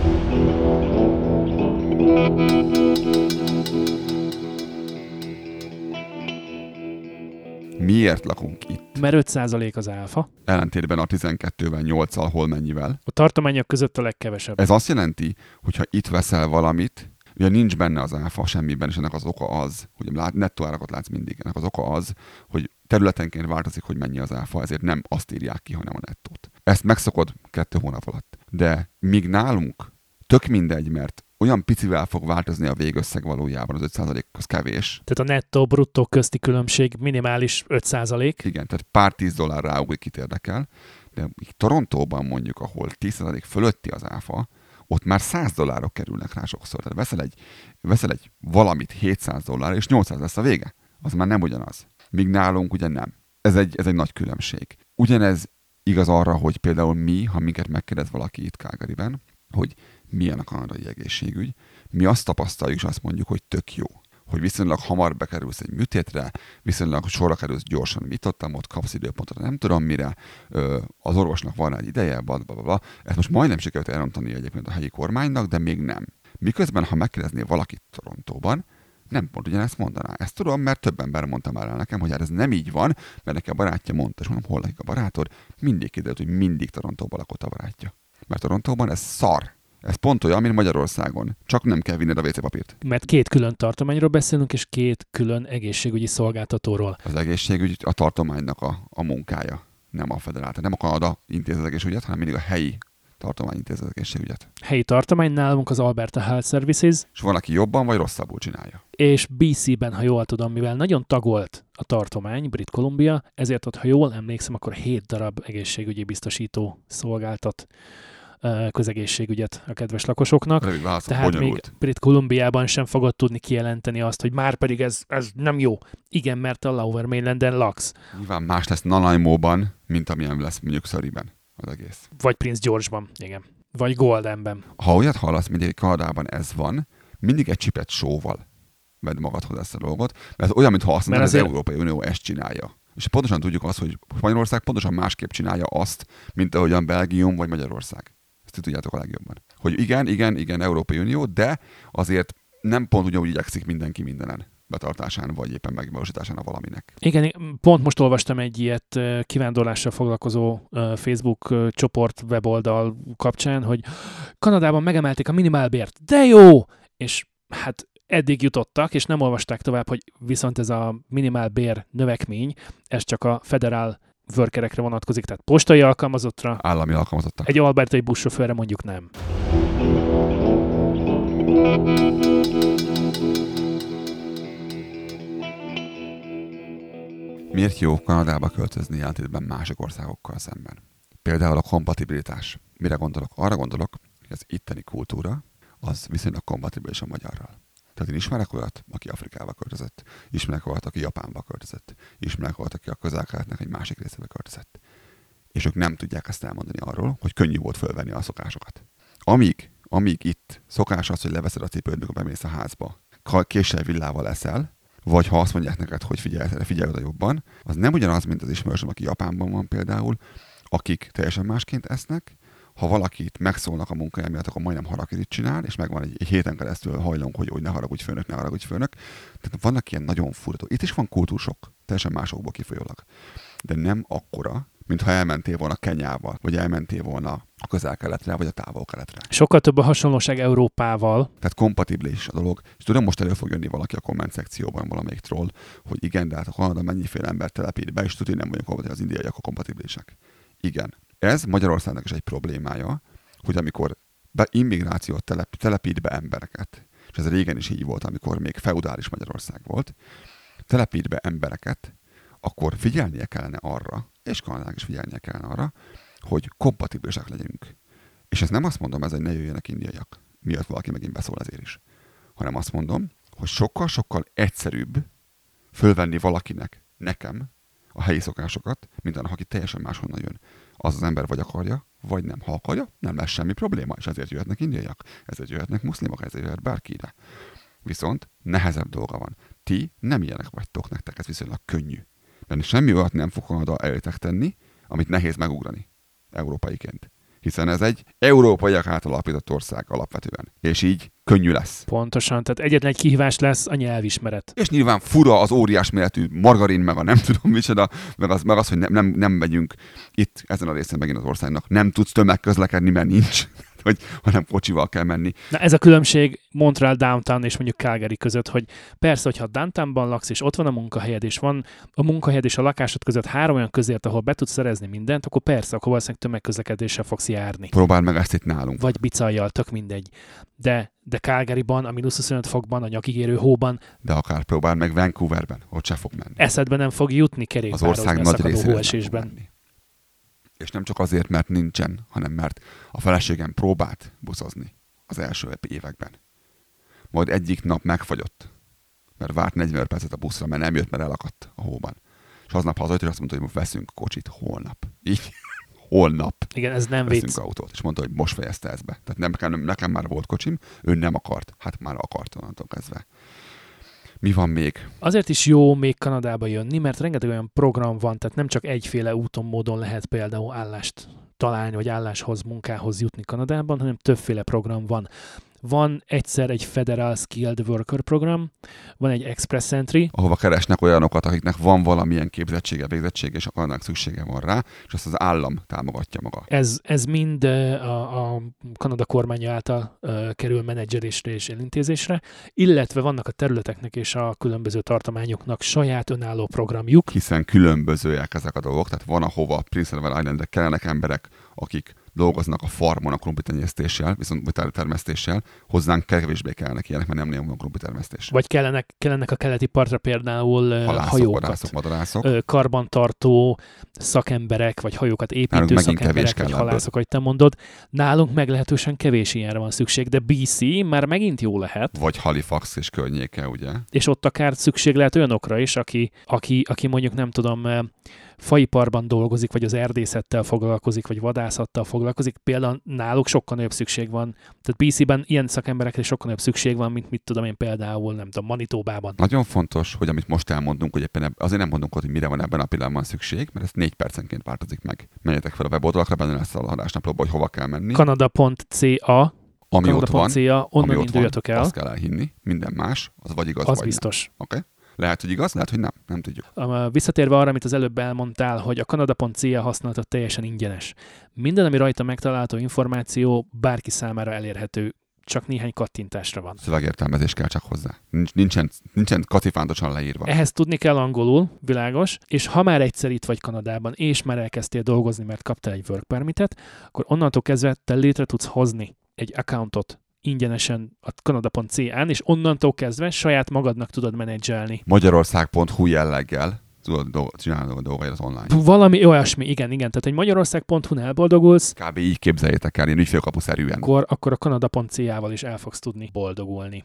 Miért lakunk itt? Mert öt százalék az áfa. Ellentétben a tizenkettővel, nyolccal, hol mennyivel. A tartományok között a legkevesebb. Ez azt jelenti, hogyha itt veszel valamit, ugye nincs benne az áfa semmiben, és ennek az oka az, hogy nettó árakat látsz mindig, ennek az oka az, hogy területenként változik, hogy mennyi az áfa, ezért nem azt írják ki, hanem a nettót. Ezt megszokod kettő hónap alatt. De míg nálunk tök mindegy, mert olyan picivel fog változni a végösszeg valójában, az öt százalék az kevés. Tehát a nettó, bruttó közti különbség minimális öt százalék. Igen, tehát pár tíz dollár ráugrik, kit érdekel. De Torontóban mondjuk, ahol tíz százalék fölötti az áfa, ott már száz dollárok kerülnek rá sokszor. Tehát veszel egy, veszel egy valamit hétszáz dollár, és nyolcszáz lesz a vége. Az már nem ugyanaz. Míg nálunk ugye nem. Ez egy, ez egy nagy különbség. Ugyanez igaz arra, hogy például mi, ha minket megkérdez valaki itt Calgaryben, hogy milyen a kanadai egészségügy, mi azt tapasztaljuk, és azt mondjuk, hogy tök jó. Hogy viszonylag hamar bekerülsz egy műtétre, viszonylag sorra kerülsz gyorsan, mit adtam, ott kapsz időpontot, nem tudom mire, az orvosnak van egy ideje, blablabla. Ezt most majdnem sikerült elrontani egyébként a helyi kormánynak, de még nem. Miközben, ha megkérdeznél valakit Torontóban, nem pont ugyanezt mondaná. Ezt tudom, mert több ember mondta már el nekem, hogy hát ez nem így van, mert neki a barátja mondta, és mondom, hol lakik a barátod, mindig kiderült, hogy mindig Torontóban lakott a barátja. Mert Torontóban ez szar. Ez pont olyan, mint Magyarországon. Csak nem kell vinned a vé cé papírt. Mert két külön tartományról beszélünk, és két külön egészségügyi szolgáltatóról. Az egészségügy a tartománynak a, a munkája, nem a federált. Nem a Kanada intéz az egészségügyet, hanem mindig a helyi tartomány intéz az egészségügyet. Helyi tartomány nálunk az Alberta Health Services. És van, aki jobban vagy rosszabbul csinálja. És bé cé-ben, ha jól tudom, mivel nagyon tagolt a tartomány, Brit Columbia, ezért ott, ha jól emlékszem, akkor hét darab egészségügyi biztosító szolgáltat közegészségügyet a kedves lakosoknak. Rövid válasz, tehát bonyolult. még Brit Columbiában sem fogod tudni kijelenteni azt, hogy már pedig ez, ez nem jó. Igen, mert a Lower Mainlanden laksz. Nyilván más lesz Nanaimo-ban, mint amilyen lesz mondjuk Surreyben az egész. Vagy Prince George-ban, igen. Vagy Goldenben. Ha olyat hallasz, mindig Kanadában ez van, mindig egy csipet sóval vedd magadhoz ezt a dolgot, mert ez olyan, mintha azt mondaná, azért... az Európai Unió ezt csinálja. És pontosan tudjuk azt, hogy Magyarország pontosan másképp csinálja azt, mint ahogyan Belgium vagy Magyarország. Ezt tudjátok a legjobban. Hogy igen, igen, igen, Európai Unió, de azért nem pont ugyanúgy igyekszik mindenki mindenen betartásán, vagy éppen megvalósításán a valaminek. Igen, pont most olvastam egy ilyet kivándorlással foglalkozó Facebook csoport weboldal kapcsán, hogy Kanadában megemelték a minimálbért, de jó! És hát eddig jutottak, és nem olvasták tovább, hogy viszont ez a minimálbér növekmény, ez csak a federál workerekre vonatkozik, tehát postai alkalmazottra. Állami alkalmazottak. Egy albertai buszsofőrre mondjuk nem. Miért jó Kanadába költözni ellentétben másik országokkal szemben? Például a kompatibilitás. Mire gondolok? Arra gondolok, hogy az itteni kultúra az viszonylag kompatibilis a magyarral. Tehát én ismerek olyat, aki Afrikába költözött, ismerek olyat, aki Japánba költözött, ismerek olyat, aki a Közel-Keletnek egy másik részébe költözött. És ők nem tudják ezt elmondani arról, hogy könnyű volt fölvenni a szokásokat. Amíg, amíg itt szokás az, hogy leveszed a cipőd, mikor bemész a házba, késsel villával eszel, vagy ha azt mondják neked, hogy figyelj, figyelj oda jobban, az nem ugyanaz, mint az ismerősöm, aki Japánban van például, akik teljesen másként esznek. Ha valakit megszólnak a munkája miatt, akkor majdnem harakirit csinál, és megvan egy, egy héten keresztül hajlunk, hogy, hogy ne haragudj főnök, ne haragudj főnök. Tehát vannak ilyen nagyon furcsa. Itt is van kultúrsok, teljesen másokból kifolyólag. De nem akkora, mintha elmentél volna Kenyával, vagy elmentél volna a Közel-Keletre, vagy a Távol-Keletre. Sokkal több a hasonlóság Európával. Tehát kompatibilis a dolog. És tudom, most elő fog jönni valaki a komment szekcióban, valamelyik troll, hogy igen, de hát a Kanada mennyiféle ember telepít be, és tudja, nem vagyunk kompatibilisek, az indiaiak a kompatibilisek. Igen. Ez Magyarországnak is egy problémája, hogy amikor be immigrációt telep, telepít be embereket, és ez régen is így volt, amikor még feudális Magyarország volt, telepít be embereket, akkor figyelnie kellene arra, és Kanadának is figyelnie kellene arra, hogy kompatibilisek legyünk. És ezt nem azt mondom, ez, hogy ne jöjjenek indiaiak, miatt valaki megint beszól ezért is, hanem azt mondom, hogy sokkal-sokkal egyszerűbb fölvenni valakinek, nekem, a helyi szokásokat, mint annak, aki teljesen máshonnan jön. Az az ember vagy akarja, vagy nem. Ha akarja, nem lesz semmi probléma, és ezért jöhetnek indiaiak, ezért jöhetnek muszlimok, ezért jöhet bárki ide. Viszont nehezebb dolga van. Ti nem ilyenek vagytok, nektek ez viszonylag könnyű. Mert semmi olyat nem fog Kanada előttek tenni, amit nehéz megugrani európaiként. Hiszen ez egy európaiak által alapított ország alapvetően. És így könnyű lesz. Pontosan, tehát egyetlen egy kihívás lesz a nyelvismeret. És nyilván fura az óriás méretű margarin, meg a nem tudom micsoda, meg az, meg az hogy nem, nem, nem megyünk itt ezen a részen megint az országnak. Nem tudsz tömegközlekedni, mert nincs. Hogy, hanem kocsival kell menni. Na ez a különbség Montreal downtown és mondjuk Calgary között, hogy persze, hogyha downtownban laksz, és ott van a munkahelyed, és van a munkahelyed és a lakásod között három olyan közért, ahol be tudsz szerezni mindent, akkor persze, akkor valószínűleg tömegközlekedéssel fogsz járni. Próbáld meg ezt itt nálunk. Vagy bicajjal, tök mindegy. De, de Calgaryban, a mínusz huszonöt fokban, a nyakig érő hóban. De akár próbáld meg Vancouverben, ott se fog menni. Eszedbe nem fog jutni kerékpározni az ország a nagy szakadó részére hóesésben. És nem csak azért, mert nincsen, hanem mert a feleségem próbált buszozni az első években. Majd egyik nap megfagyott, mert várt negyven percet a buszra, mert nem jött, mert elakadt a hóban. És aznap hazajött, és azt mondta, hogy veszünk kocsit holnap. Így, holnap. Igen, ez nem veszünk vicc. autót. És mondta, hogy most fejezte ezt be. Tehát nem, nekem, nekem már volt kocsim, ő nem akart. Hát már akart onnantól kezdve. Mi van még? Azért is jó még Kanadába jönni, mert rengeteg olyan program van, tehát nem csak egyféle úton, módon lehet például állást találni, vagy álláshoz, munkához jutni Kanadában, hanem többféle program van. Van egyszer egy Federal Skilled Worker program, van egy Express Entry, ahova keresnek olyanokat, akiknek van valamilyen képzettsége, végzettsége, és annak szüksége van rá, és azt az állam támogatja maga. Ez, ez mind a, a Kanada kormánya által uh, kerül menedzselésre és elintézésre, illetve vannak a területeknek és a különböző tartományoknak saját önálló programjuk. Hiszen különbözőek ezek a dolgok, tehát van ahova Prince Edward Islandre kellenek emberek, akik dolgoznak a farmon a krumplitenyésztéssel, viszont termesztéssel, hozzánk kevésbé kellene ilyenek, mert nem nagyon van krumplitermesztés. Vagy kellenek, kellenek a keleti partra például halászok, hajókat, vadászok, madarászok, karbantartó szakemberek, vagy hajókat építő szakemberek, vagy halászok, ahogy te mondod. Nálunk meglehetősen kevés ilyenre van szükség, de bé cé már megint jó lehet. Vagy Halifax és környéke, ugye? És ott akár szükség lehet olyanokra is, aki, aki, aki mondjuk nem tudom, faiparban dolgozik, vagy az erdészettel foglalkozik, vagy vadászattal foglalkozik. Például náluk sokkal nagyobb szükség van. Tehát bé cében ilyen szakemberekre sokkal nagyobb szükség van, mint mit tudom én például, nem tudom, Manitobában. Nagyon fontos, hogy amit most elmondunk, hogy éppen azért nem mondunk, hogy mire van ebben a pillanatban szükség, mert ez négy percenként változik meg. Menjetek fel a weboldalakra, benne lesz a adásnaplóba, hogy hova kell menni. Kanada pont ca ami Kanada ott van, ca, onnan ami ott induljatok van, el. azt kell elhinni. Minden más, az vagy igaz, az vagy biztos. Oké? Okay? Lehet, hogy igaz, lehet, hogy nem. Nem tudjuk. Visszatérve arra, amit az előbb elmondtál, hogy a Kanada pont ca használata teljesen ingyenes. Minden, ami rajta megtalálható információ, bárki számára elérhető, csak néhány kattintásra van. Szövegértelmezés kell csak hozzá. Nincs, nincsen, nincsen katifántosan leírva. Ehhez tudni kell angolul, világos, és ha már egyszer itt vagy Kanadában, és már elkezdtél dolgozni, mert kaptál egy work permitet, akkor onnantól kezdve te létre tudsz hozni egy accountot ingyenesen a Kanada pont ca-n, és onnantól kezdve saját magadnak tudod menedzselni. Magyarország pont hu jelleggel tudod csinálni a dolgaidat online. Valami olyasmi, igen, igen. Tehát egy magyarország pont hu-n elboldogulsz. Kb. Így képzeljétek el, ilyen ügyfélkapuszerűen. Akkor, akkor a Kanada pont ca-val is el fogsz tudni boldogulni.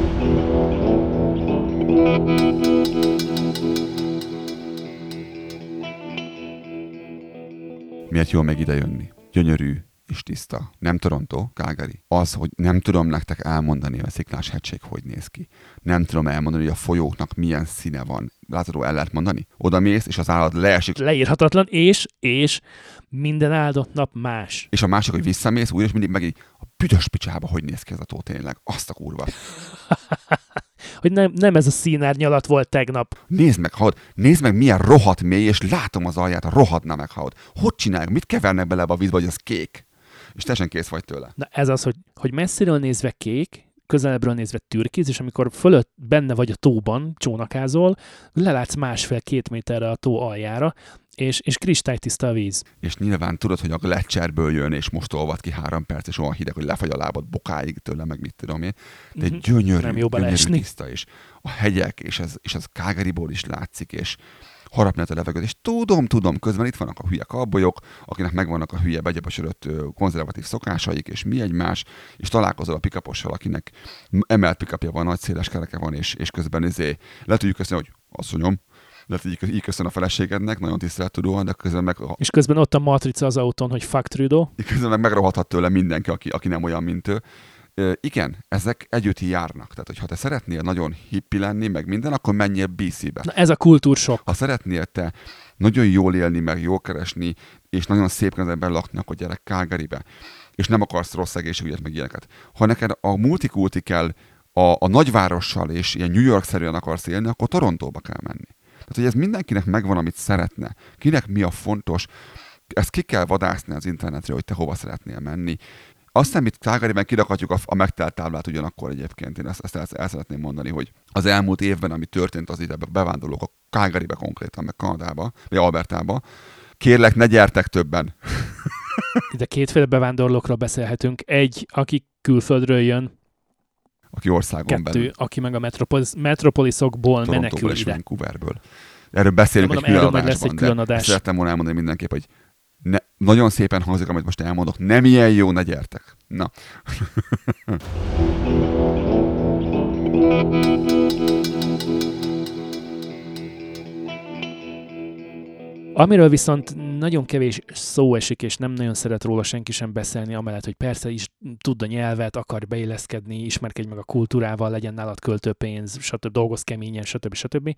Miért jó meg ide jönni? Gyönyörű és tiszta. Nem Toronto, Calgary. Az, hogy nem tudom nektek elmondani, hogy a Sziklás hegység hogy néz ki. Nem tudom elmondani, hogy a folyóknak milyen színe van. Látható, el lehet mondani? Oda mész, és az állat leesik. Leírhatatlan, és, és minden áldott nap más. És a másik, hogy visszamész újra, és mindig meg így a büdös picsába, hogy néz ki ez a tó tényleg. Azt a kurva. hogy nem, nem ez a színárnyalat volt tegnap. Nézd meg, hallod, nézd meg, milyen rohadt mély, és látom az alját, rohadna meg, hallod. Hogy csinálják, mit kevernek bele a vízbe, hogy az kék? És teljesen kész vagy tőle. Na ez az, hogy, hogy messziről nézve kék, közelebbről nézve türkiz, és amikor fölött benne vagy a tóban, csónakázol, lelátsz másfél-két méterre a tó aljára, és, és kristálytiszta a víz. És nyilván tudod, hogy a gletszerből jön, és most olvad ki három perc, és olyan hideg, hogy lefagy a lábad bokáig tőle, meg mit tudom én. De egy gyönyörű, nem jó gyönyörű tiszta, és a hegyek, és ez, és az Calgaryból is látszik, és harapni a levegőt, és tudom, tudom, közben itt vannak a hülye kalbolyok, akinek megvannak a hülye begyepesödött konzervatív szokásaik, és mi egymás, és találkozol a pikapossal, akinek emelt pikapja van, nagy széles kereke van, és, és közben izé, le tudjuk köszönni, hogy asszonyom, Lehet, hogy így köszön a feleségednek, nagyon tisztelettudóan, de közben meg... És közben ott a matrica az autón, hogy fuck Trudeau. Közben meg megrohadhat tőle mindenki, aki, aki nem olyan, mint ő. E, igen, ezek együtt járnak. Tehát, hogyha te szeretnél nagyon hippi lenni, meg minden, akkor menjél bé cé-be. Na ez a kultúrsok. Ha szeretnél te nagyon jól élni, meg jól keresni, és nagyon szép közben lakni, akkor gyerek Calgarybe, és nem akarsz rossz egészségügyet, meg ilyeneket. Ha neked a multikulti kell a, a nagyvárossal, és ilyen New York-szerűen akarsz élni, akkor Torontóba kell menni. Tehát, hogy ez mindenkinek megvan, amit szeretne. Kinek mi a fontos, ezt ki kell vadászni az internetre, hogy te hova szeretnél menni. Aztán itt Calgaryben kirakhatjuk a, a megtelt táblát ugyanakkor egyébként. Én ezt, ezt el, el szeretném mondani, hogy az elmúlt évben, ami történt, az ide bevándorlók a Calgarybe konkrétan, meg Kanadába, vagy Albertába. Kérlek, ne gyertek többen. Ide kétféle bevándorlókról beszélhetünk. Egy, aki külföldről jön, aki országon kettő, belül. aki meg a metropolis, metropoliszokból menekül és ide. Vancouverből. Erről beszélünk egy külön adásban, de adás. szerettem volna elmondani mindenképp, hogy ne, nagyon szépen hangzik, amit most elmondok, nem ilyen jó, ne gyertek. Na. Amiről viszont nagyon kevés szó esik, és nem nagyon szeret róla senki sem beszélni, amellett, hogy persze is tud a nyelvet, akar beilleszkedni, ismerkedj meg a kultúrával, legyen nálad költőpénz, stb. Dolgozz keményen, stb. stb.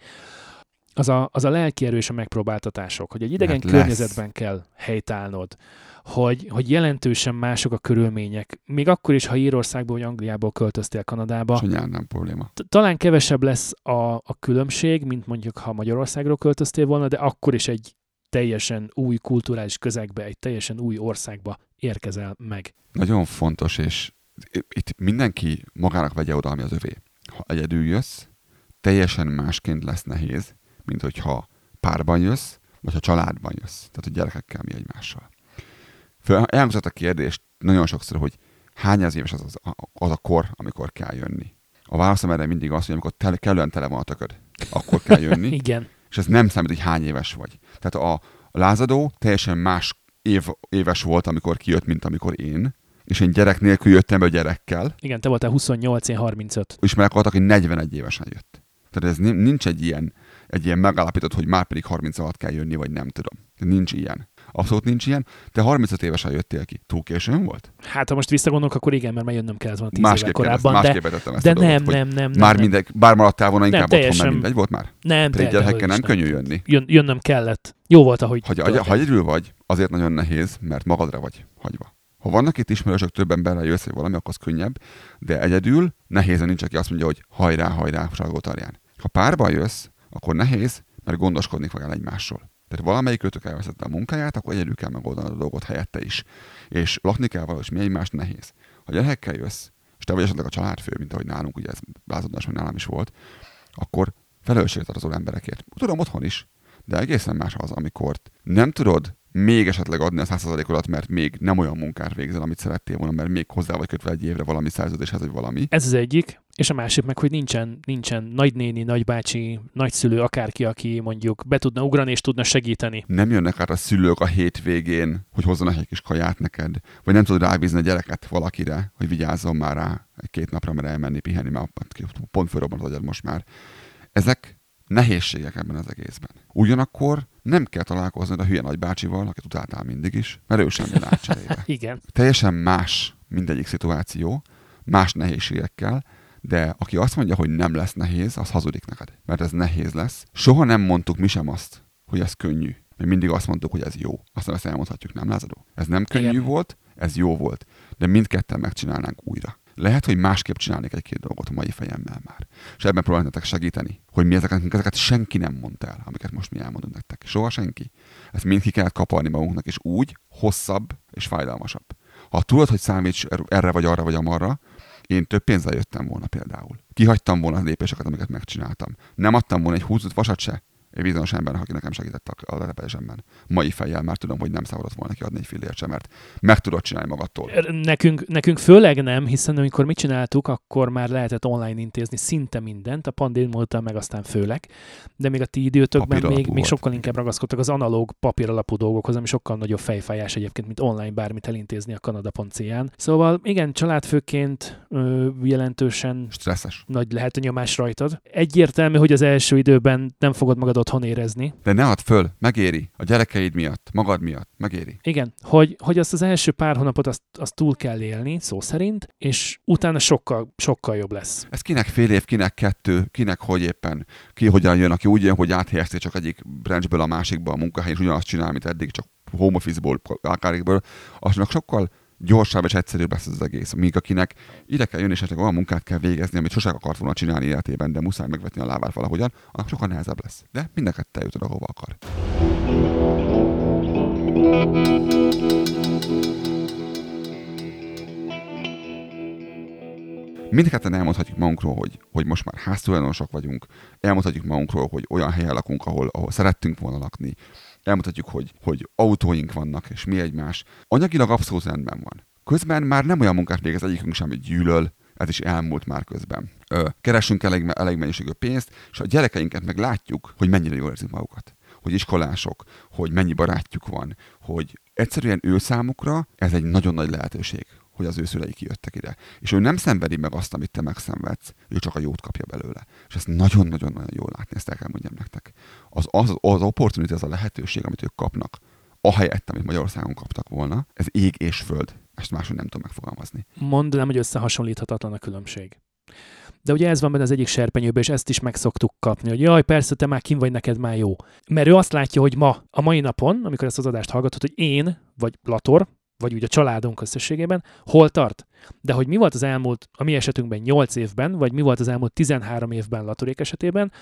Az a, az a lelki erő és a megpróbáltatások, hogy egy idegen hát környezetben lesz. Kell helytállnod, hogy, hogy jelentősen mások a körülmények, még akkor is, ha Írországból vagy Angliából költöztél Kanadába. Sanyán nem probléma. Talán kevesebb lesz a, a különbség, mint mondjuk, ha Magyarországról költöztél volna, de akkor is egy teljesen új kulturális közegbe, egy teljesen új országba érkezel meg. Nagyon fontos, és itt mindenki magának vegye oda, ami az övé. Ha egyedül jössz, teljesen másként lesz nehéz, mint hogyha párban jössz, vagy ha családban jössz. Tehát a gyerekekkel mi egymással. Elhangzott a kérdést nagyon sokszor, hogy hány az éves az, az, az a kor, amikor kell jönni. A válaszom erre mindig az, hogy amikor tele, kellően tele van a tököd, akkor kell jönni. Igen. És ez nem számít, hogy hány éves vagy. Tehát a, a lázadó teljesen más év, éves volt, amikor kijött, mint amikor én. És én gyerek nélkül jöttem be a gyerekkel. Igen, te voltál huszonnyolc, én harmincöt. És már voltak, hogy negyvenegy évesen jött. Tehát ez nincs egy ilyen, egy ilyen megállapított, hogy már pedig harminc alatt kell jönni, vagy nem tudom. Nincs ilyen. Abszolút nincs ilyen. Te harmincöt évesen jöttél ki. Túl későn volt? Hát, ha most visszagondolok, akkor igen, mert már jönnöm kellett volna tíz másképp éve korábban. Másképp de ezt de a dolgot, nem, nem, nem, nem. Már nem. mindegy, bár maradtál volna, inkább nem, otthon, mert mindegy volt már? Nem, te gyerekekkel nem könnyű jönni. Jön, jönnöm kellett. Jó volt, ahogy... Ha, ha egyedül vagy, azért nagyon nehéz, mert magadra vagy hagyva. Ha vannak itt ismerősök, több emberrel jössz, vagy valami, akkor az könnyebb, de egyedül nehéz, nincs, aki azt mondja, hogy hajrá, hajrá, Salgótarján. Ha párban jössz, akkor nehéz, mert gondoskodni fog el egymásról. Tehát valamelyik őtök elveszette a munkáját, akkor egyedül kell megoldani a dolgot helyette is. És lakni kell valahogy, és mi egymást nehéz. Ha gyerekekkel jössz, és te vagy esetleg a családfő, mint ahogy nálunk, ugye ez lázadás, hogy nálam is volt, akkor felelősséget tartozol emberekért. Tudom, otthon is, de egészen más az, amikor nem tudod még esetleg adni a száz százalékodat, mert még nem olyan munkát végzel, amit szerettél volna, mert még hozzá vagy kötve egy évre valami szerződéshez, vagy valami. Ez az egyik, és a másik meg, hogy nincsen, nincsen nagynéni, nagybácsi, nagyszülő, akárki, aki mondjuk be tudna ugrani és tudna segíteni. Nem jönnek át a szülők a hétvégén, hogy hozzanak egy kis kaját neked, vagy nem tudod rábízni a gyereket valakire, hogy vigyázzon már rá egy-két napra, mert elmenni pihenni, mert pont fölrobbant az agyad most már. Ezek nehézségek ebben az egészben. Ugyanakkor nem kell találkoznod a hülye nagybácsival, akit utáltál mindig is, mert ő sem jön át cserébe. Igen. Teljesen más mindegyik szituáció, más nehézségekkel, de aki azt mondja, hogy nem lesz nehéz, az hazudik neked. Mert ez nehéz lesz. Soha nem mondtuk mi sem azt, hogy ez könnyű. Mi mindig azt mondtuk, hogy ez jó. Aztán ezt elmondhatjuk, nem lázadó? Ez nem könnyű Igen. volt, ez jó volt. De mindketten megcsinálnánk újra. Lehet, hogy másképp csinálnék egy-két dolgot a mai fejemmel már. És ebben próbálnátok segíteni, hogy mi ezeket, ezeket senki nem mondta el, amiket most mi elmondunk nektek. Soha senki. Ezt mind ki kellett kaparni magunknak, és úgy hosszabb és fájdalmasabb. Ha tudod, hogy számíts erre vagy arra vagy amarra, én több pénzzel jöttem volna például. Kihagytam volna a lépéseket, amiket megcsináltam. Nem adtam volna egy húzott vasat se egy bizonyos embernek, aki nekem segített a letepelésemben. Mai fejjel már tudom, hogy nem szabadott volna kiadni egy fillért sem, mert meg tudod csinálni magadtól. Nekünk, nekünk főleg nem, hiszen amikor mi csináltuk, akkor már lehetett online intézni szinte mindent, a pandémia után meg aztán főleg, de még a ti időtökben még, még sokkal inkább ragaszkodtak az analóg papíralapú dolgokhoz, ami sokkal nagyobb fejfájás egyébként, mint online bármit elintézni a kanada pont cé-en. Szóval igen, családfőként ö, jelentősen stresszes. Nagy lehet a nyomás rajtad. Egyértelmű, hogy az első időben nem fogod magad otthon érezni. De ne add föl, megéri. A gyerekeid miatt, magad miatt, megéri. Igen, hogy, hogy azt az első pár hónapot azt, azt túl kell élni, szó szerint, és utána sokkal, sokkal jobb lesz. Ez kinek fél év, kinek kettő, kinek hogy éppen, ki hogyan jön, aki úgy jön, hogy áthelyezték csak egyik branchből a másikba a munkahelyen, és ugyanazt csinál, mint eddig, csak home office-ból, akárikből, aznak sokkal gyorsabb és egyszerűbb lesz az egész. Míg akinek ide kell jönni, és esetleg olyan munkát kell végezni, amit sosem akart volna csinálni életében, de muszáj megvetni a lábát valahogyan, annak sokkal nehezebb lesz. De mind a kettő jutod, ahova akar. Mindketten elmondhatjuk magunkról, hogy, hogy most már háztulajdonosok vagyunk, elmondhatjuk magunkról, hogy olyan helyen lakunk, ahol, ahol szerettünk volna lakni, elmondhatjuk, hogy, hogy autóink vannak, és mi egymás. Anyagilag abszolút rendben van. Közben már nem olyan munkát végez egyikünk sem, hogy gyűlöl, ez is elmúlt már közben. Ö, keresünk elég, elég mennyiségű pénzt, és a gyerekeinket meg látjuk, hogy mennyire jól érzik magukat. Hogy iskolások, hogy mennyi barátjuk van, hogy egyszerűen ő számukra ez egy nagyon nagy lehetőség, hogy az ő szülei kijöttek ide. És ő nem szenvedi meg azt, amit te megszenvedsz, ő csak a jót kapja belőle. És ezt nagyon-nagyon-nagyon jól látni, ezt el kell mondjam nektek. Az, az, az opportunity, az a lehetőség, amit ők kapnak, ahelyett, amit Magyarországon kaptak volna, ez ég és föld. Ezt máshogy nem tudom megfogalmazni. Mondanám, hogy összehasonlíthatatlan a különbség. De ugye ez van benne az egyik serpenyőben, és ezt is meg szoktuk kapni, hogy jaj, persze, te már kim vagy, neked már jó. Mert ő azt látja, hogy ma, a mai napon, amikor ezt az adást hallgatod, hogy én, vagy Lator, vagy úgy a családunk összességében, hol tart. De hogy mi volt az elmúlt, a mi esetünkben nyolc évben, vagy mi volt az elmúlt tizenhárom évben Latorék esetében,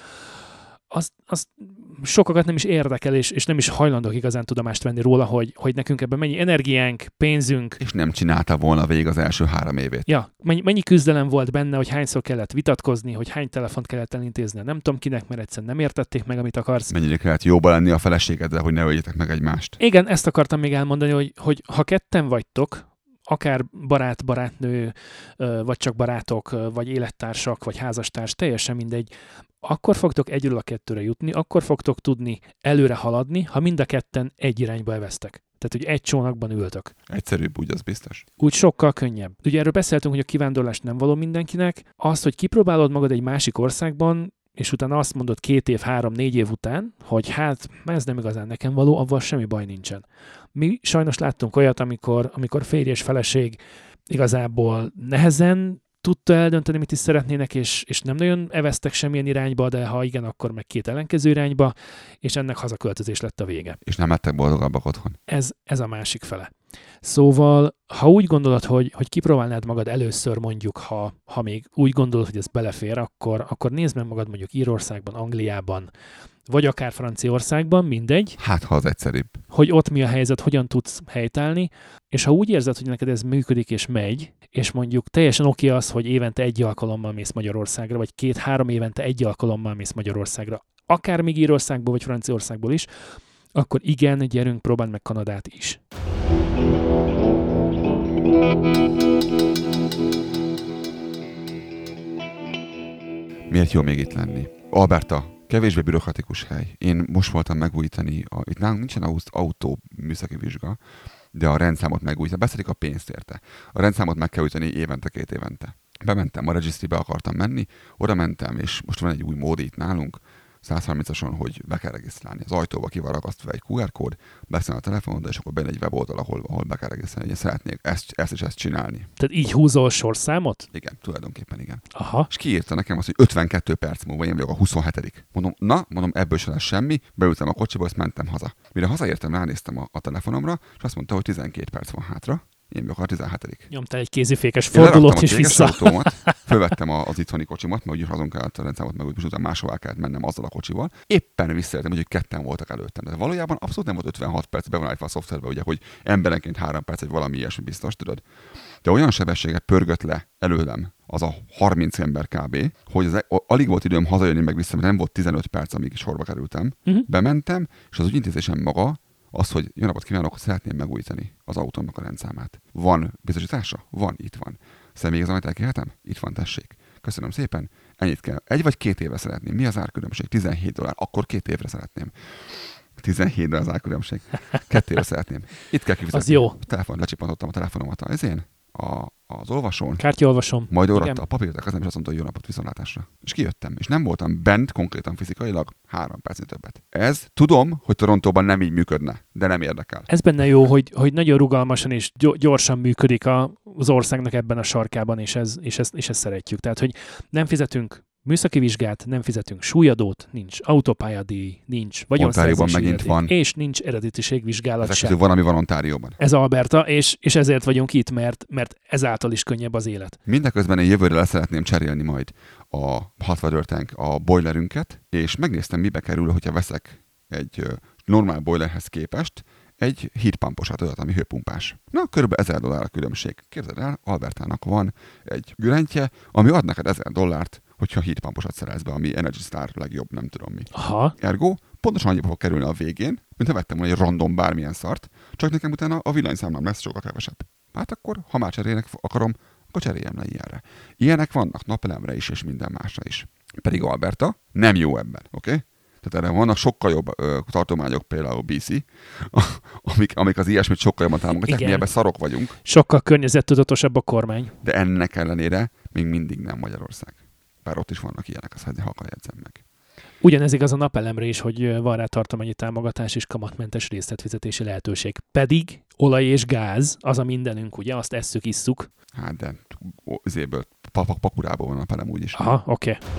azt, azt sokakat nem is érdekel, és, és nem is hajlandók igazán tudomást venni róla, hogy, hogy nekünk ebben mennyi energiánk, pénzünk. És nem csinálta volna végig az első három évét. Ja, mennyi, mennyi küzdelem volt benne, hogy hányszor kellett vitatkozni, hogy hány telefont kellett elintézni, nem tudom kinek, mert egyszerűen nem értették meg, amit akarsz. Mennyire kellett jóba lenni a feleségeddel, hogy ne öljétek meg egymást. Igen, ezt akartam még elmondani, hogy, hogy ha ketten vagytok, akár barát, barátnő, vagy csak barátok, vagy élettársak, vagy házastárs, teljesen mindegy, akkor fogtok egyről a kettőre jutni, akkor fogtok tudni előre haladni, ha mind a ketten egy irányba evesztek. Tehát, hogy egy csónakban ültök. Egyszerűbb, úgy az biztos. Úgy sokkal könnyebb. Ugye erről beszéltünk, hogy a kivándorlás nem való mindenkinek. Az, hogy kipróbálod magad egy másik országban, és utána azt mondod két év, három, négy év után, hogy hát ez nem igazán nekem való, avval semmi baj nincsen. Mi sajnos láttunk olyat, amikor, amikor férj és feleség igazából nehezen tudta eldönteni, mit is szeretnének, és, és nem nagyon eveztek semmilyen irányba, de ha igen, akkor meg két ellenkező irányba, és ennek hazaköltözés lett a vége. És nem lettek boldogabbak otthon. Ez, ez a másik fele. Szóval, ha úgy gondolod, hogy, hogy kipróbálnád magad először mondjuk, ha, ha még úgy gondolod, hogy ez belefér, akkor, akkor nézd meg magad mondjuk Írországban, Angliában, vagy akár Franciaországban, mindegy. Hát, ha az egyszerűbb. Hogy ott mi a helyzet, hogyan tudsz helytállni, és ha úgy érzed, hogy neked ez működik és megy, és mondjuk teljesen oké az, hogy évente egy alkalommal mész Magyarországra, vagy két-három évente egy alkalommal mész Magyarországra, akár még Írországból, vagy Franciaországból is, akkor igen, gyerünk, próbáld meg Kanadát is. Miért jó még itt lenni? Alberta, kevésbé bürokratikus hely. Én most voltam megújítani, a, itt nálunk nincsen autó műszaki vizsga, de a rendszámot megújítani. Beszedik a pénzt érte. A rendszámot meg kell újítani évente, két évente. Bementem, a registrybe akartam menni, oda mentem, és most van egy új mód itt nálunk, száz harmincason, hogy be kell regisztrálni. Az ajtóba ki van ragasztva egy kú er kód, beszél a telefonod, és akkor benne egy weboldal, ahol, ahol be kell regisztrálni. Én szeretnék ezt, ezt és ezt csinálni. Tehát így húzol sorszámot? Igen, tulajdonképpen igen. Aha. És kiírta nekem azt, hogy ötvenkettő perc múlva én vagyok a huszonhetedik. Mondom, na, mondom, ebből se lesz semmi, beültem a kocsiba, azt mentem haza. Mire hazaértem, ránéztem a, a telefonomra, és azt mondta, hogy tizenkét perc van hátra. Én vagyok a tizenhetedik. Nyomtál egy kézifékes fordulót is vissza. Autómat, fölvettem az itthoni kocsimat, mert úgy azon kellett a rendszámot meg, úgy utána máshová kellett mennem azzal a kocsival. Éppen visszaértem, hogy ketten voltak előttem. De valójában abszolút nem volt ötvenhat perc, be van állítva a szoftverbe, ugye, hogy emberenként három perc, vagy valami ilyesmi biztos, tudod. De olyan sebességet pörgött le előlem az a harminc ember kb., hogy az, alig volt időm hazajönni meg vissza, mert nem volt tizenöt perc, amíg sorba kerültem. Uh-huh. Bementem, és az ügyintézésem maga az, hogy jó napot kívánok, szeretném megújítani az autómnak a rendszámát. Van biztosítása? Van, itt van. Személyigazolványt elkérhetem? Itt van, tessék. Köszönöm szépen. Ennyit kell. Egy vagy két évre szeretném. Mi az árkülönbség? tizenhét dollár. Akkor két évre szeretném. tizenhét dollár az árkülönbség. Kettő évre szeretném. Itt kell kifizetni. Az jó. Telefon, lecsipantottam a telefonomat. Ez én? a, az olvasón. Kártyaolvasom. Majd orratta a papírt, az nem is azt mondta, hogy jó napot, viszontlátásra. És kijöttem. És nem voltam bent konkrétan fizikailag három percnél többet. Ez tudom, hogy Torontóban nem így működne, de nem érdekel. Ez benne jó, hogy, hogy nagyon rugalmasan és gyorsan működik a, az országnak ebben a sarkában, és, ez, és, ezt, és ezt szeretjük. Tehát, hogy nem fizetünk műszaki vizsgát, nem fizetünk súlyadót, nincs autópályadíj, nincs vagyonszerzési megint van. És nincs eredetiségvizsgálat sem. Van, ami van Ontárióban. Ez Alberta, és, és ezért vagyunk itt, mert, mert ezáltal is könnyebb az élet. Mindeközben én jövőre lesz szeretném cserélni majd a hot water tank, a boilerünket, és megnéztem, mibe kerül, hogyha veszek egy normál boilerhez képest egy heatpumposat, olyat, ami hőpumpás. Na, körülbelül ezer dollár a különbség. Képzeld el, Albertának van egy gürentje, ami ad neked ezer dollárt, hogyha heatpumposat szerelsz be, ami Energy Star legjobb, nem tudom mi. Aha. Ergo, pontosan annyiba fog kerülni a végén, mint ha vettem volna egy random bármilyen szart, csak nekem utána a villanyszámlám lesz sokkal kevesebb. Hát akkor, ha már cserélnek akarom, akkor cseréljem le ilyenre. Ilyenek vannak napelemre is, és minden másra is. Pedig Alberta nem jó ebben, oké? Okay? Tehát erre vannak sokkal jobb ö, tartományok, például bé cé, amik, amik az ilyesmit sokkal jobban támogatják, mi ebben szarok vagyunk. Sokkal környezettudatosabb a kormány. De ennek ellenére még mindig nem Magyarország. Bár ott is vannak ilyenek, azt ha akar jegyzem meg. Ugyanez igaz a napelemre is, hogy van rá tartományi támogatás és kamatmentes részletfizetési lehetőség. Pedig olaj és gáz, az a mindenünk, ugye? Azt esszük, isszuk. Hát de zéből, pakurából van a napelem úgyis. Aha, oké. Okay.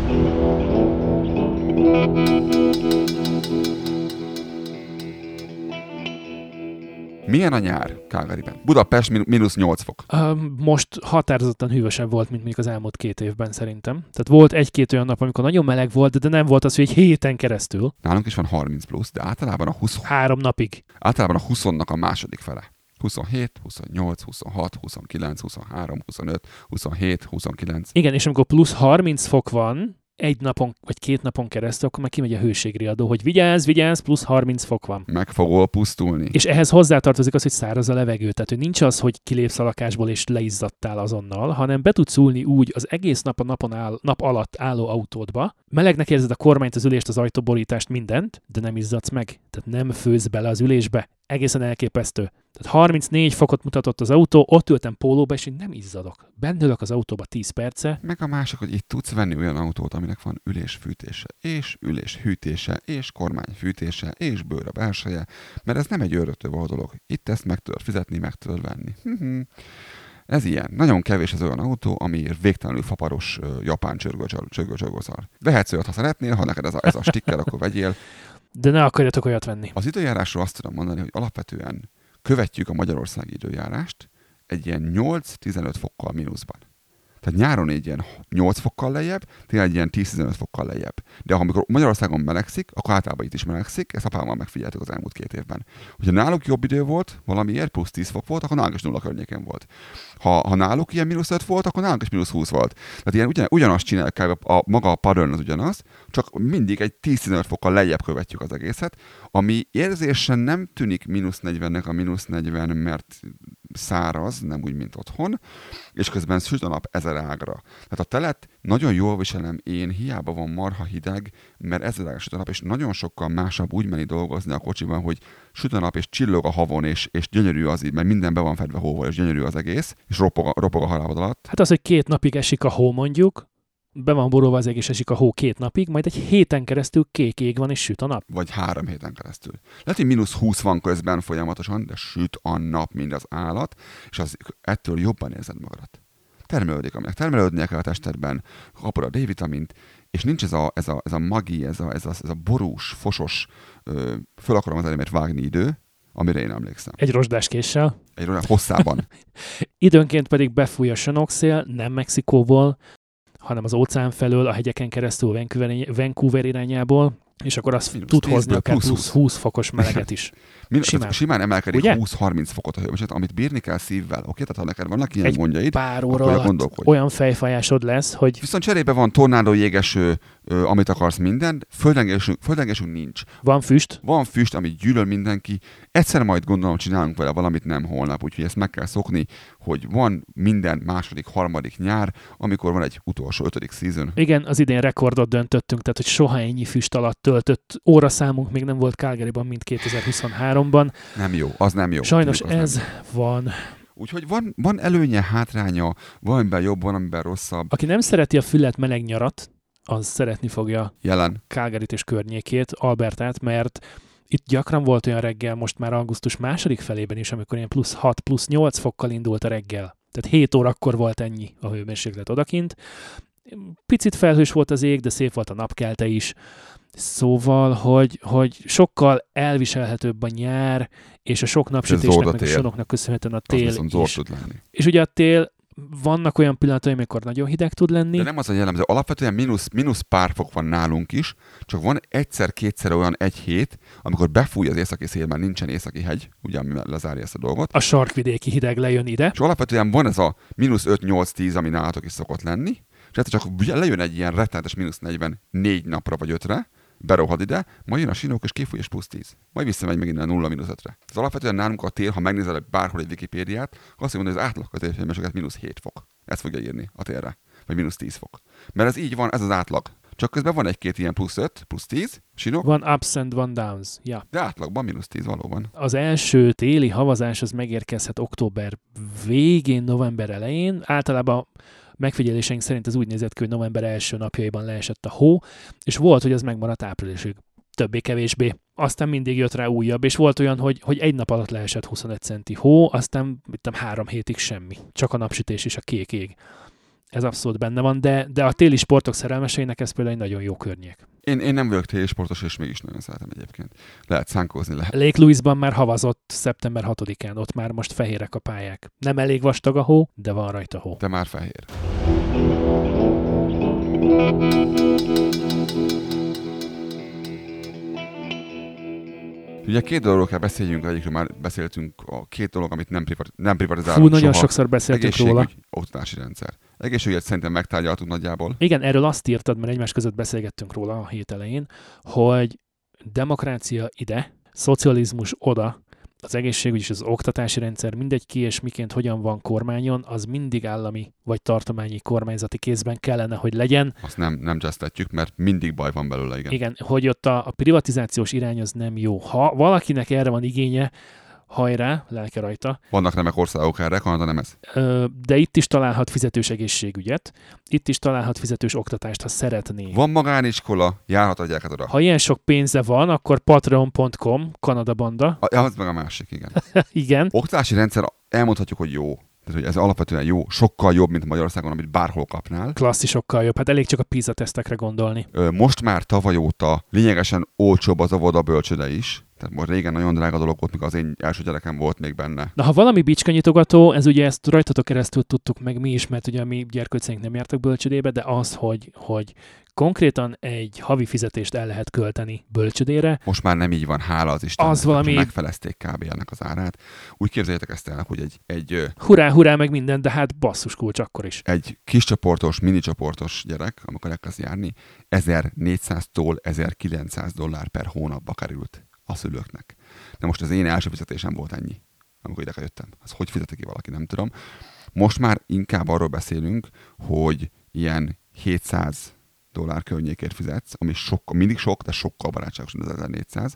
Milyen a nyár Calgaryben? Budapest mínusz nyolc fok. Uh, most határozottan hűvösebb volt, mint mondjuk az elmúlt két évben szerintem. Tehát volt egy-két olyan nap, amikor nagyon meleg volt, de nem volt az, hogy egy héten keresztül. Nálunk is van harminc plusz, de általában a húsz. Három napig. Általában a huszonnak a második fele. huszonhét, huszonnyolc, huszonhat, huszonkilenc, huszonhárom, huszonöt, huszonhét, huszonkilenc. Igen, és amikor plusz harminc fok van, egy napon vagy két napon keresztül, akkor meg kimegy a hőségriadó, hogy vigyázz, vigyázz, plusz harminc fok van. Meg fogol pusztulni. És ehhez hozzátartozik az, hogy száraz a levegő. Tehát, hogy nincs az, hogy kilépsz a lakásból és leizzadtál azonnal, hanem be tudsz ülni úgy az egész nap a napon áll, nap alatt álló autódba. Melegnek érzed a kormányt, az ülést, az ajtóborítást, mindent, de nem izzadsz meg. Tehát nem főz bele az ülésbe. Egészen elképesztő. Tehát harmincnégy fokot mutatott az autó, ott ültem pólóba, és én nem izzadok. Bennülök az autóba tíz perce. Meg a másik, hogy itt tudsz venni olyan autót, aminek van ülésfűtése, és üléshűtése, és kormányfűtése, és bőr a belseje, mert ez nem egy őrötől való dolog. Itt ezt meg tudod fizetni, meg tudod venni. Ez ilyen. Nagyon kevés az olyan autó, ami végtelenül faparos uh, japán csörgő-csörgőszar. Vehetsz olyat, ha szeretnél, ha neked ez a, ez a sticker, akkor vegyél. De ne akarjatok olyat venni. Az időjárásról azt tudom mondani, hogy alapvetően követjük a magyarországi időjárást egy ilyen nyolc-tizenöt fokkal mínuszban. Tehát nyáron egy ilyen nyolc fokkal lejjebb, télen egy ilyen tíz-tizenöt fokkal lejjebb. De amikor Magyarországon melegszik, akkor általában itt is melegszik, ezt apámmal megfigyeltük az elmúlt két évben. Hogyha náluk jobb idő volt, valamiért plusz tíz fok volt, akkor náluk is nulla környéken volt. Ha, ha náluk ilyen mínusz öt volt, akkor náluk is mínusz húsz volt. Tehát ilyen ugyan, ugyanazt csinálják, a, a, maga a pattern az ugyanaz, csak mindig egy tíz-tizenöt fokkal lejjebb követjük az egészet, ami érzésen nem tűnik mínusz negyvennek a mínusz negyven, mert száraz, nem úgy, mint otthon, és közben süt a nap ezer ágra. Tehát a telet nagyon jól viselem én, hiába van marha hideg, mert ezer ágra süt a nap, és nagyon sokkal másabb úgy menni dolgozni a kocsiban, hogy süt a nap, és csillog a havon, és, és gyönyörű az így, mert minden be van fedve hóval, és gyönyörű az egész, és ropog a, ropog a halálod alatt. Hát az, hogy két napig esik a hó mondjuk, be van borulva az egész, esik a hó két napig, majd egy héten keresztül kék ég van, és süt a nap. Vagy három héten keresztül. Lehet, hogy mínusz húsz van közben folyamatosan, de süt a nap, mint az állat, és az, ettől jobban érzed magadat. Termelődik, aminek termelődnie kell a testedben, kapod a D-vitamint, és nincs ez a, ez a, ez a magi, ez a, ez a, ez a borús, fosos, ö, föl akarom az elemét vágni idő, amire én emlékszem. Egy rozsdáskéssel. Egy rozsdás hosszában. Időnként pedig befúj a sonokszél, nem Mexikóból, hanem az óceán felől, a hegyeken keresztül Vancouver, Vancouver irányából, és akkor az Minus tud hozni akár plusz húsz fokos meleget is. Min- simán. simán emelkedik húsz-harminc fokot a hőmérséklet, amit bírni kell szívvel. Oké, tehát ha neked vannak ilyen egy gondjaid, pár óra alatt olyan fejfájásod lesz, hogy... Viszont cserébe van tornádó, jégeső, amit akarsz, minden. Földrengésünk, földrengésünk nincs. Van füst. Van füst, amit gyűlöl mindenki. Egyszer majd gondolom csinálunk vele valamit, nem holnap, úgyhogy ezt meg kell szokni, hogy van minden második, harmadik nyár, amikor van egy utolsó ötödik season. Igen, az idén rekordot döntöttünk, tehát hogy soha ennyi füst alatt töltött óraszámunk még nem volt Calgaryban, mint kétezer-huszonháromban. Nem jó, az nem jó. Sajnos az ez nem van. Úgyhogy van, van előnye, hátránya, valamiben jobb, van, amiben rosszabb. Aki nem szereti a fület meleg nyarat, az szeretni fogja Jelen. Calgaryt és környékét, Albertát, mert itt gyakran volt olyan reggel, most már augusztus második felében is, amikor ilyen plusz hat, plusz nyolc fokkal indult a reggel. Tehát hét órakor volt ennyi a hőmérséklet odakint. Picit felhős volt az ég, de szép volt a napkelte is. Szóval, hogy, hogy sokkal elviselhetőbb a nyár, és a sok napsütésnek, meg a sonoknak köszönhetően a tél is. És ugye a tél, vannak olyan pillanatai, amikor nagyon hideg tud lenni. De nem az a jellemző. Alapvetően mínusz, mínusz pár fok van nálunk is, csak van egyszer-kétszer olyan egy hét, amikor befúj az északi szél, mert nincsen északi hegy, ugye, ami lezárja ezt a dolgot. A sarkvidéki hideg lejön ide. És alapvetően van ez a mínusz öt nyolc tíz, ami nálatok is szokott lenni, és hát csak lejön egy ilyen rettenetes mínusz negyvennégy napra vagy ötre, berohad ide, majd jön a sinók, és kifúj, és plusz tíz. Majd visszamegy megint a nulla mínusz ötre. Ez alapvetően nálunk a tél, ha megnézel bárhol egy Wikipédiát, akkor azt mondja, hogy az átlag az évhőmérséklet mínusz hét fok. Ezt fogja írni a télre. Vagy mínusz tíz fok. Mert ez így van, ez az átlag. Csak közben van egy-két ilyen plusz öt, plusz tíz, sinók. Van ups and van downs, ja. De átlagban mínusz tíz valóban. Az első téli havazás az megérkezhet október végén, november elején. Általában megfigyeléseink szerint az úgy nézett ki, hogy november első napjaiban leesett a hó, és volt, hogy az megmaradt áprilisig. Többé-kevésbé. Aztán mindig jött rá újabb, és volt olyan, hogy, hogy egy nap alatt leesett huszonegy centi hó, aztán mit tudom, három hétig semmi. Csak a napsütés és a kék ég. Ez abszolút benne van, de, de a téli sportok szerelmeseinek ez például egy nagyon jó környék. Én, én nem vagyok téli sportos, és mégis nagyon szeretem egyébként. Lehet szánkózni, lehet. Lake Louisban már havazott szeptember hatodikán, ott már most fehérek a pályák. Nem elég vastag a hó, de van rajta hó. De már fehér. Ugye két dologról kell beszéljünk, egyikről már beszéltünk, a két dolog, amit nem, privat, nem privatizálunk. Fú, nagyon soha. Sokszor beszéltünk róla. Oktatási rendszer. Egészségügyet szerintem megtárgyaltuk nagyjából. Igen, erről azt írtad, mert egymás között beszélgettünk róla a hét elején, hogy demokrácia ide, szocializmus oda, az egészségügy és az oktatási rendszer mindegy ki és miként hogyan van kormányon, az mindig állami vagy tartományi kormányzati kézben kellene, hogy legyen. Azt nem, nem csesztetjük, mert mindig baj van belőle, igen. Igen, hogy ott a, a privatizációs irány az nem jó. Ha valakinek erre van igénye, hajrá, lelke rajta. Vannak remek országok erre, Kanada nem ez. De itt is találhat fizetős egészségügyet, itt is találhat fizetős oktatást, ha szeretné. Van magániskola, járhat a gyereket oda. Ha ilyen sok pénze van, akkor patreon pont com, Kanada banda. A, az meg a másik, igen. Igen. Oktatási rendszer, elmondhatjuk, hogy jó. Tehát, hogy ez alapvetően jó, sokkal jobb, mint Magyarországon, amit bárhol kapnál. Klasszisokkal jobb, hát elég csak a PISA tesztekre gondolni. Most már tavaly óta lényegesen olcsóbb az óvoda bölcsőde is. Tehát most régen nagyon drága dolog volt, mikor az én első gyerekem volt még benne. Na, ha valami bicskanyitogató, ez ugye ezt rajtatok keresztül tudtuk meg mi is, mert ugye a mi gyerkőceink nem jártak bölcsödébe, de az, hogy, hogy konkrétan egy havi fizetést el lehet költeni bölcsödére. Most már nem így van, hála az Istennek. Az valami... Megfelezték kb. Ennek az árát. Úgy képzeljétek ezt el, hogy egy... egy hurrá, hurrá, meg minden, de hát basszus kulcs akkor is. Egy kis csoportos, mini csoportos gyerek, amikor elkezd járni, ezernégyszáztól ezerkilencszáz dollár per hónapba került a szülőknek. De most az én első fizetésem volt ennyi, amikor ide jöttem. Az hogy fizeti ki valaki, nem tudom. Most már inkább arról beszélünk, hogy ilyen hétszáz dollár környékért fizetsz, ami sokkal, mindig sok, de sokkal barátságosabb az ezernégyszáz.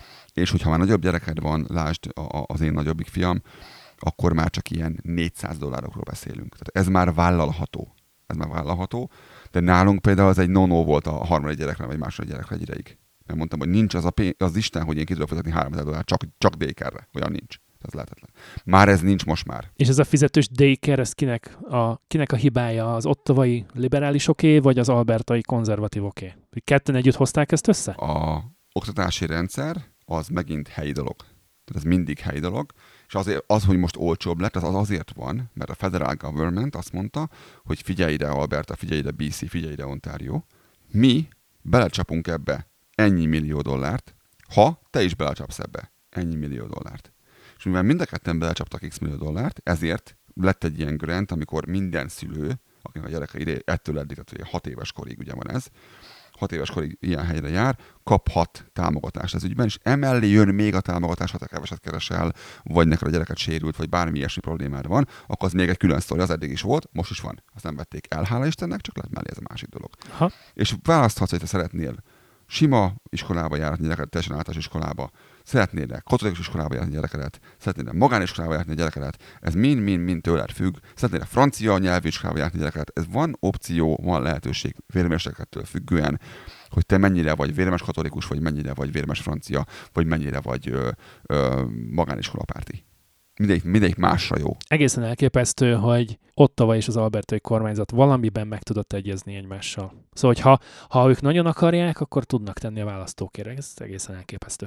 És hogyha már nagyobb gyereked van, lásd az én nagyobbik fiam, akkor már csak ilyen négyszáz dollárokról beszélünk. Tehát ez már vállalható. Ez már vállalható. De nálunk például az egy no-no volt a harmadik gyerekre, vagy második gyerekre egy ideig. Mert mondtam, hogy nincs az a pénz, az Isten, hogy én ki tudok fizetni háromezer dollár, csak, csak daycare-re. Olyan nincs. Ez lehetetlen. Már ez nincs most már. És ez a fizetős daycare, ez kinek a, kinek a hibája? Az ottavai liberálisoké, vagy az albertai konzervatívoké? Ketten együtt hozták ezt össze? A oktatási rendszer az megint helyi dolog. Tehát ez mindig helyi dolog. És azért, az, hogy most olcsóbb lett, az azért van, mert a federal government azt mondta, hogy figyelj ide Alberta, figyelj ide bé cé, figyelj ide Ontario. Mi belecsapunk ebbe ennyi millió dollárt, ha te is belecsapsz ebbe ennyi millió dollárt. És mivel mind a ketten belecsaptak x millió dollárt, ezért lett egy ilyen grant, amikor minden szülő, akinek a gyereke ide, ettől eddig, tehát hat éves korig ugye van ez, hat éves korig ilyen helyre jár, kaphat támogatást ez ügyben, és emellé jön még a támogatás, ha te keveset keresel, vagy neked a gyereket sérült, vagy bármi ilyesmi problémád van, akkor az még egy külön sztori, az eddig is volt, most is van. Azt nem vették el, hála Istennek, csak lett mellé ez a másik dolog. Ha. És választhatsz, hogy te szeretnél sima iskolába járatni gyereket, teljesen általános iskolába, szeretnél katolikus iskolába járni a gyerekedet, szeretnél magániskolába járni a gyerekedet, ez mind-mind-mind tőled függ, szeretnél francia nyelvű iskolába járni a gyerekedet, ez van opció, van lehetőség vérmérséklettől függően, hogy te mennyire vagy vérmes katolikus, vagy mennyire vagy vérmes francia, vagy mennyire vagy ö, ö, magániskolapárti. Mindegyik, mindegyik másra jó. Egészen elképesztő, hogy Ottawa és az albertai kormányzat valamiben meg tudott egyezni egymással. Szóval, hogy ha, ha ők nagyon akarják, akkor tudnak tenni a választókérre. Ez egészen elképesztő.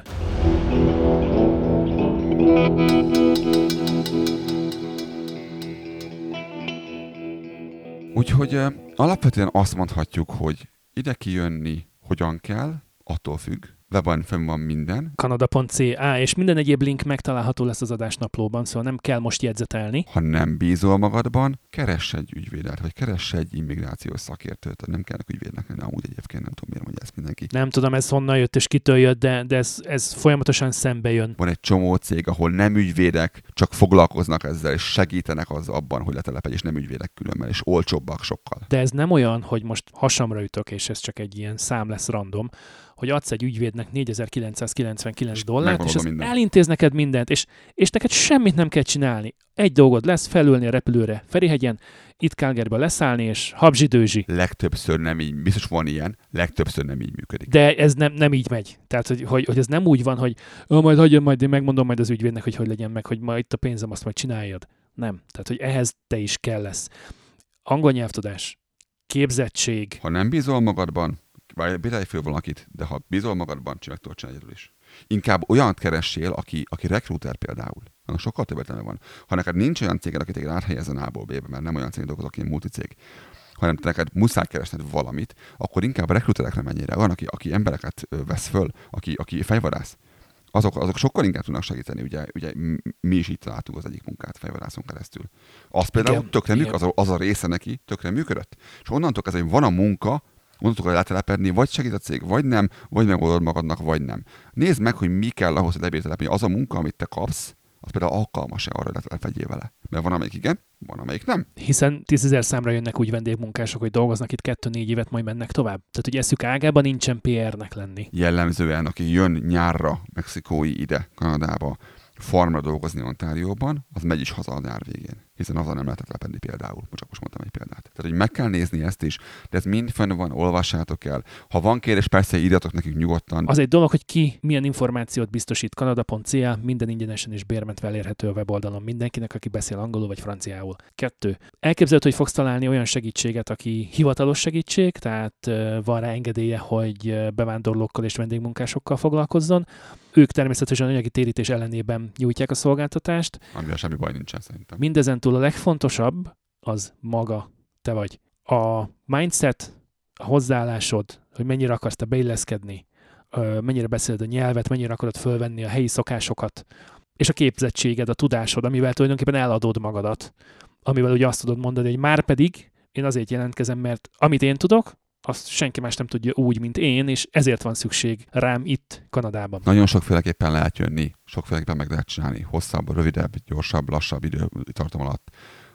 Úgyhogy uh, alapvetően azt mondhatjuk, hogy ide kijönni hogyan kell, attól függ. Webben fönn van minden. Kanada pont ca, és minden egyéb link megtalálható lesz az adásnaplóban, szóval nem kell most jegyzetelni. Ha nem bízol magadban, keress egy ügyvédet, vagy keress egy immigrációs szakértőt. Nem kellene ügyvédnek lenni, amúgy egyébként nem tudom, miért mondja ezt mindenki. Nem tudom, ez honnan jött és kitől jött, de, de ez, ez folyamatosan szembe jön. Van egy csomó cég, ahol nem ügyvédek, csak foglalkoznak ezzel, és segítenek az abban, hogy letelepedj, és nem ügyvédek különben, és olcsóbbak sokkal. De ez nem olyan, hogy most hasamra ütök, és ez csak egy ilyen szám lesz random, hogy adsz egy ügyvédnek négyezer-kilencszázkilencvenkilenc és dollárt, és ez elintéz neked mindent, és, és neked semmit nem kell csinálni. Egy dolgod lesz, felülni a repülőre Ferihegyen, itt Calgarybe leszállni, és habzsi-dőzsi. Legtöbbször nem így, biztos van ilyen, legtöbbször nem így működik. De ez nem, nem így megy. Tehát, hogy, hogy, hogy ez nem úgy van, hogy ó, majd hagyjon, majd én megmondom majd az ügyvédnek, hogy hogy legyen meg, hogy majd itt a pénzem, azt majd csináljad. Nem. Tehát, hogy ehhez te is kell lesz. Angol nyelvtudás, képzettség. Ha nem bízol magadban, vagy bírálj föl valakit, de ha bízol magadban, csak meg tudod csinálni egyedül is. Inkább olyant keressél, aki, aki recruiter például. Annak sokkal több értelme van. Ha neked nincs olyan céged, aki téged áthelyezzen A-ból B-be, mert nem olyan cég dolgozok, ilyen multicég, hanem neked muszáj keresned valamit, akkor inkább a recruiterekre menjél. Olyan, aki, aki embereket vesz föl, aki, aki fejvadász. Azok, azok sokkal inkább tudnak segíteni. Ugye, ugye mi is így találtuk az egyik munkát fejvadászon keresztül. Az például igen, tökre működött, az, az a része neki tökre működött. És onnantól kezdve, hogy van a munka, onnantól kell letelepedni, vagy segít a cég, vagy nem, vagy megoldod magadnak, vagy nem. Nézd meg, hogy mi kell ahhoz, hogy lebírj telepedni. Az a munka, amit te kapsz, az például alkalmas-e arra, hogy letelepedjél vele. Mert van, amelyik igen, van, amelyik nem. Hiszen tízezer számra jönnek úgy vendégmunkások, hogy dolgoznak itt kettő-négy évet, majd mennek tovább. Tehát, hogy eszük ágában nincsen pé er-nek lenni. Jellemzően, aki jön nyárra, mexikói ide, Kanadába, farmra dolgozni Ontárióban, az megy is haza a nyár végén. Hiszen azzal nem lehetett lepedni például. Csak most mondtam egy példát. Tehát, hogy meg kell nézni ezt is, de ez mind fenn van, olvassátok el. Ha van kérdés, persze írjatok nekünk nyugodtan. Az egy dolog, hogy ki milyen információt biztosít. Kanada pont ca, minden ingyenesen és bérmentve elérhető a weboldalon mindenkinek, aki beszél angolul vagy franciául. Kettő. Elképzelhető, hogy fogsz találni olyan segítséget, aki hivatalos segítség, tehát van rá engedélye, hogy bevándorlókkal és vendégmunkásokkal foglalkozzon. Ők természetesen anyagi térítés ellenében nyújtják a szolgáltatást. Amivel semmi baj nincsen szerintem. Mindezen túl a legfontosabb az maga te vagy. A mindset, a hozzáállásod, hogy mennyire akarsz te beilleszkedni, mennyire beszéled a nyelvet, mennyire akarod fölvenni a helyi szokásokat, és a képzettséged, a tudásod, amivel tulajdonképpen eladod magadat, amivel ugye azt tudod mondani, hogy már pedig én azért jelentkezem, mert amit én tudok, azt senki más nem tudja úgy, mint én, és ezért van szükség rám itt, Kanadában. Nagyon sokféleképpen lehet jönni, sokféleképpen meg lehet csinálni, hosszabb, rövidebb, gyorsabb, lassabb időtartam alatt,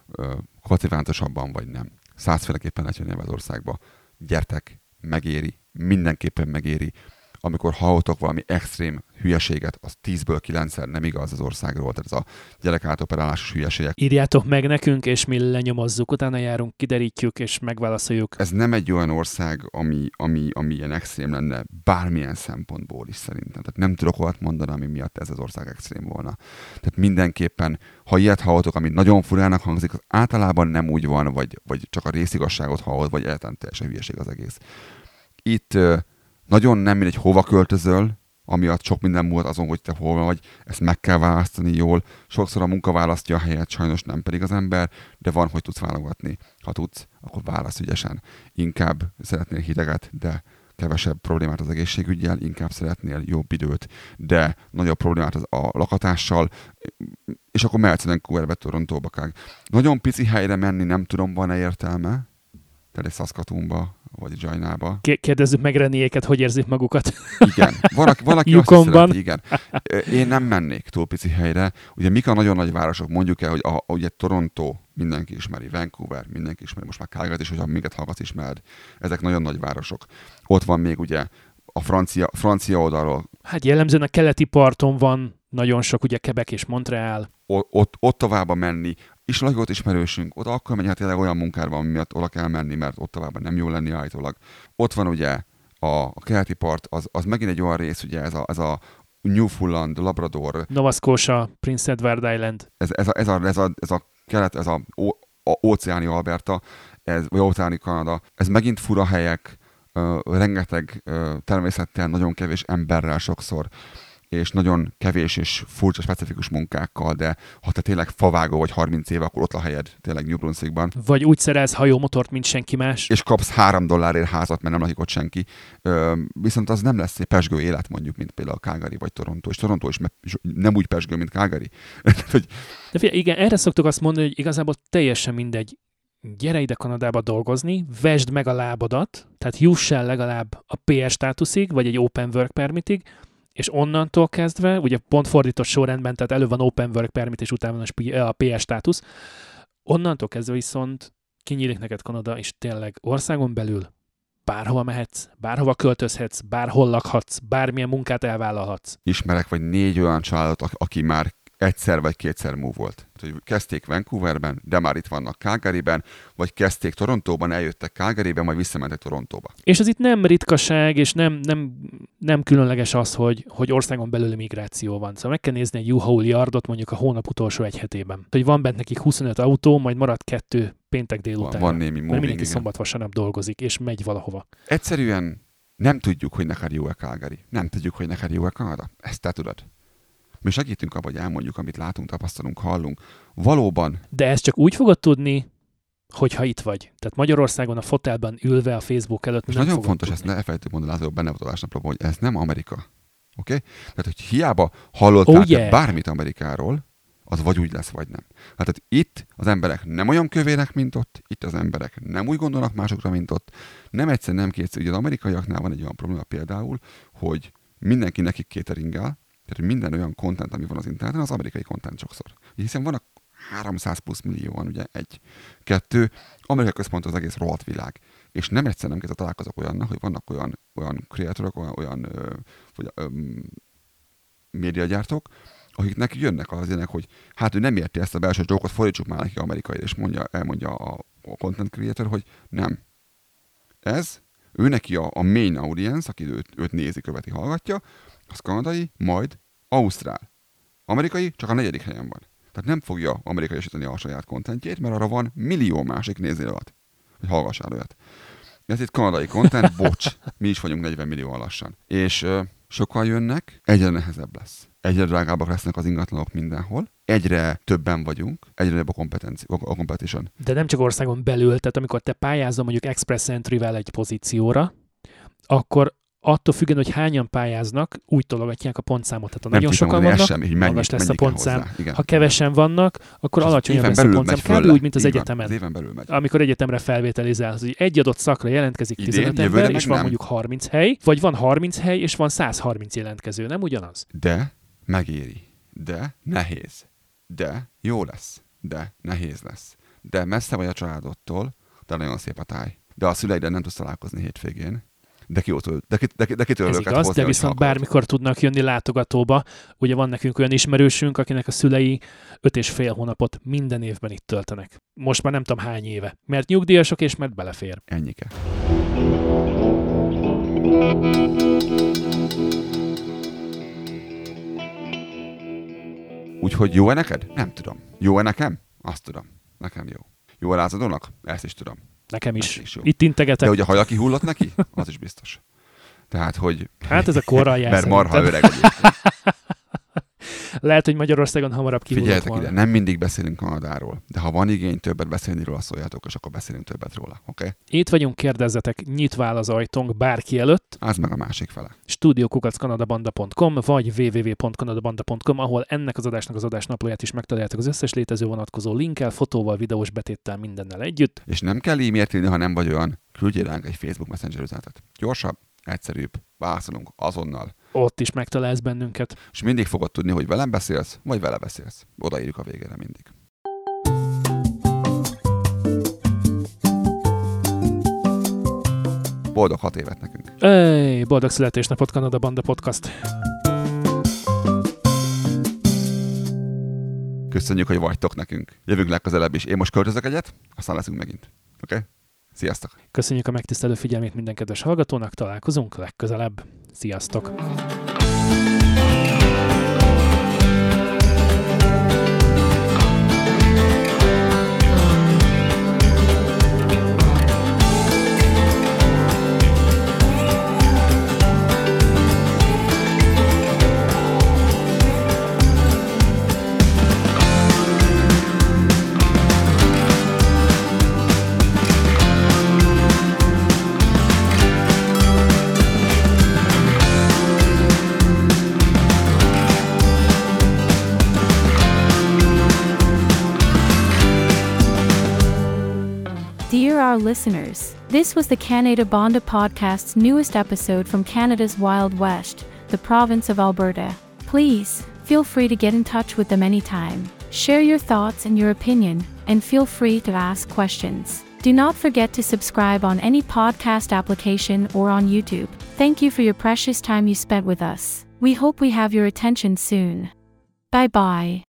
kvalifikáltosabban vagy nem. Százféleképpen lehet jönni ebbe az országba. Gyertek, megéri, mindenképpen megéri. Amikor hallottok valami extrém hülyeséget, az tízből kilencszer nem igaz az országról, tehát ez a gyerekátoperalásos hülyeségek. Írjátok meg nekünk, és mi lenyomozzuk, utána járunk, kiderítjük, és megválaszoljuk. Ez nem egy olyan ország, ami, ami, ami ilyen extrém lenne bármilyen szempontból is szerintem. Tehát nem tudok olyat mondani, ami miatt ez az ország extrém volna. Tehát mindenképpen, ha ilyet hallottok, ami nagyon furának hangzik, az általában nem úgy van, vagy, vagy csak a részigazságot hallod, vagy egyáltalán teljesen hülyeség az egész. Itt nagyon nem mindegy, hova költözöl, amiatt sok minden múlt azon, hogy te hol vagy, ezt meg kell választani jól. Sokszor a munka választja a helyet, sajnos nem pedig az ember, de van, hogy tudsz válogatni. Ha tudsz, akkor válasz ügyesen. Inkább szeretnél hideget, de kevesebb problémát az egészségüggyel, inkább szeretnél jobb időt, de nagyobb problémát az a lakatással, és akkor mehetsz Vancouverbe, Torontóba. Nagyon pici helyre menni, nem tudom, van-e értelme? Tehát egy Saskatoonba, vagy Jajnába. Kérdezzük meg Reniéket, hogy érzik magukat. Igen, valaki, valaki azt szereti, igen. Én nem mennék túl pici helyre. Ugye mik a nagyon nagy városok? Mondjuk el, hogy a, ugye Toronto mindenki ismeri, Vancouver mindenki ismeri, most már Calgary is, hogyha minket hallgatsz ismered. Ezek nagyon nagy városok. Ott van még ugye a francia, francia oldalról. Hát jellemzően a keleti parton van nagyon sok, ugye Quebec és Montreal. O, ott, ott tovább menni. És ott ismerősünk, oda akkor megy, hát tényleg olyan munkára van, miatt oda kell menni, mert ott tovább nem jól lenni állítólag. Ott van ugye a, a keleti part, az, az megint egy olyan rész, ugye ez a, ez a Newfoundland, Labrador. Nova Scotia, Prince Edward Island. Ez, ez, a, ez, a, ez, a, ez a kelet, ez a, ó, a óceáni Alberta, ez, vagy óceáni Kanada. Ez megint fura helyek, uh, rengeteg uh, természettel, nagyon kevés emberrel sokszor, és nagyon kevés és furcsa, specifikus munkákkal, de ha te tényleg favágó vagy harminc éve, akkor ott a helyed tényleg New Brunswickban. Vagy úgy szerez hajómotort, mint senki más. És kapsz három dollárért házat, mert nem lakik ott senki. Ö, viszont az nem lesz egy pesgő élet, mondjuk, mint például Calgary vagy Toronto. És Toronto is nem úgy pesgő, mint Calgary. De figyelj, igen, erre szoktuk azt mondani, hogy igazából teljesen mindegy. Gyere ide Kanadába dolgozni, vesd meg a lábadat, tehát juss el legalább a pé er státuszig, vagy egy Open Work Permitig, és onnantól kezdve, ugye pont fordított sorrendben, tehát elő van Open Work Permit, és utána van a pé er státusz, onnantól kezdve viszont kinyílik neked Kanada, és tényleg országon belül bárhova mehetsz, bárhova költözhetsz, bárhol lakhatsz, bármilyen munkát elvállalhatsz. Ismerek vagy négy olyan családot, aki már egyszer vagy kétszer move volt. Hogy kezdték Vancouverben, de már itt vannak Calgaryben, vagy kezdték Torontóban, eljöttek Calgaryben, majd visszamentek Torontóba. És ez itt nem ritkaság, és nem, nem, nem különleges az, hogy, hogy országon belüli migráció van. Szóval meg kell nézni egy U-Haul yardot mondjuk a hónap utolsó egy hetében. Hogy van bent nekik huszonöt autó, majd marad kettő péntek délután. Van, van némi moving, mindenki szombat-vasárnap dolgozik, és megy valahova. Egyszerűen nem tudjuk, hogy neked jó-e Calgary. Nem tudjuk, hogy neked jó-e Kanada. Ezt te tudod. Mi segítünk abban, hogy elmondjuk, amit látunk, tapasztalunk, hallunk. Valóban. De ezt csak úgy fogod tudni, hogyha itt vagy. Tehát Magyarországon a fotelben ülve a Facebook előtt nem nagyon fogod fontos, tudni. Ezt ne elfelejtük mondani, Lázaro, benne volt adásnaplóban, hogy ez nem Amerika. Oké? Okay? Tehát, hogy hiába hallottál oh, yeah. bármit Amerikáról, az vagy úgy lesz, vagy nem. Hát itt az emberek nem olyan kövérek, mint ott, itt az emberek nem úgy gondolnak másokra, mint ott. Nem egyszer, nem kétszer. Ugye az amerikaiaknál van egy olyan probléma például, hogy mindenki nekik cateringál, tehát minden olyan content, ami van az interneten, az amerikai content sokszor. Hiszen vannak háromszáz plusz millióan, ugye egy, kettő, Amerikai központ az egész rohadt világ. És nem egyszer nem kétszer találkozok olyannal, hogy vannak olyan, olyan kreatorok, olyan, olyan ö, vagy, ö, médiagyártók, akiknek jönnek az ilyenek, hogy hát ő nem érti ezt a belső joke-ot, fordítsuk már neki amerikai, és mondja, elmondja a, a content creator, hogy nem. Ez, ő neki a, a main audience, aki őt, őt nézi, követi, hallgatja, az kanadai, majd ausztrál. Amerikai csak a negyedik helyen van. Tehát nem fogja amerikaiasítani a saját kontentjét, mert arra van millió másik néző alatt, hogy hallgassál olyat. Ez itt kanadai content, bocs, mi is vagyunk negyven millióan lassan. És uh, sokan jönnek, egyre nehezebb lesz. Egyre drágábbak lesznek az ingatlanok mindenhol, egyre többen vagyunk, egyre nagyobb a, kompetenci- a competition. De nem csak országon belül, tehát amikor te pályázol mondjuk Express Entry-vel egy pozícióra, akkor attól függően, hogy hányan pályáznak, úgy tologatják a pontszámot. Tehát ha nagyon sokan vannak, sem, hogy mennyi, magas lesz a pontszám. Ha kevesen vannak, akkor alacsonyabb lesz a pontszám. Kb. Úgy, mint az így egyetemen. Van, az éven belül megy. Amikor egyetemre felvételizel, hogy egy adott szakra jelentkezik tizenöt ember, és van nem. mondjuk harminc hely, vagy van harminc hely, és van száz harminc jelentkező. Nem ugyanaz? De megéri. De nehéz. De jó lesz. De nehéz lesz. De messze vagy a családodtól, de nagyon szép a táj. De a szüleiddel nem tudsz találkozni hétvégén. De kitől de ki, de ki, de ki Ez igaz, hozni, de viszont bármikor tudnak jönni látogatóba. Ugye van nekünk olyan ismerősünk, akinek a szülei öt és fél hónapot minden évben itt töltenek. Most már nem tudom hány éve. Mert nyugdíjasok és mert belefér. Ennyike. Úgyhogy jó-e neked? Nem tudom. Jó-e nekem? Azt tudom. Nekem jó. Jó a lázadónak? Ezt is tudom. Nekem is. is Itt integetek. De hogy a haja kihullott neki? Az is biztos. Tehát, hogy... Hát ez a korral jár. Mert marha öreg. Lehet, hogy Magyarországon hamarabb kihullott volna. Figyeljetek ide, nem mindig beszélünk Kanadáról, de ha van igény többet beszélni róla, szóljátok, és akkor beszélünk többet róla, oké? Okay? Itt vagyunk, kérdezzetek, nyitva áll az ajtónk bárki előtt. Az meg a másik fele. stúdió kukac kanadabanda pont com vagy double-u double-u double-u pont kanadabanda pont com, ahol ennek az adásnak az adásnaplóját is megtaláljátok az összes létező vonatkozó linkkel, fotóval, videós betéttel, mindennel együtt. És nem kell e-mailt írni, ha nem vagy olyan, küldjél ránk egy Facebook Messenger üzenetet. Gyorsabb, egyszerűbb, válaszolunk azonnal. Ott is megtalálsz bennünket. És mindig fogod tudni, hogy velem beszélsz, vagy vele beszélsz. Odaírjuk a végére mindig. Boldog hat évet nekünk. Ej, boldog születésnapot, Kanada Banda Podcast. Köszönjük, hogy vagytok nekünk. Jövünk legközelebb is. Én most költözök egyet, aztán leszünk megint. Oké? Okay? Sziasztok! Köszönjük a megtisztelő figyelmét minden kedves hallgatónak, találkozunk legközelebb. Sziasztok! Dear our listeners, this was the Canada Bonda Podcast's newest episode from Canada's Wild West, the province of Alberta. Please, feel free to get in touch with them anytime. Share your thoughts and your opinion, and feel free to ask questions. Do not forget to subscribe on any podcast application or on YouTube. Thank you for your precious time you spent with us. We hope we have your attention soon. Bye-bye.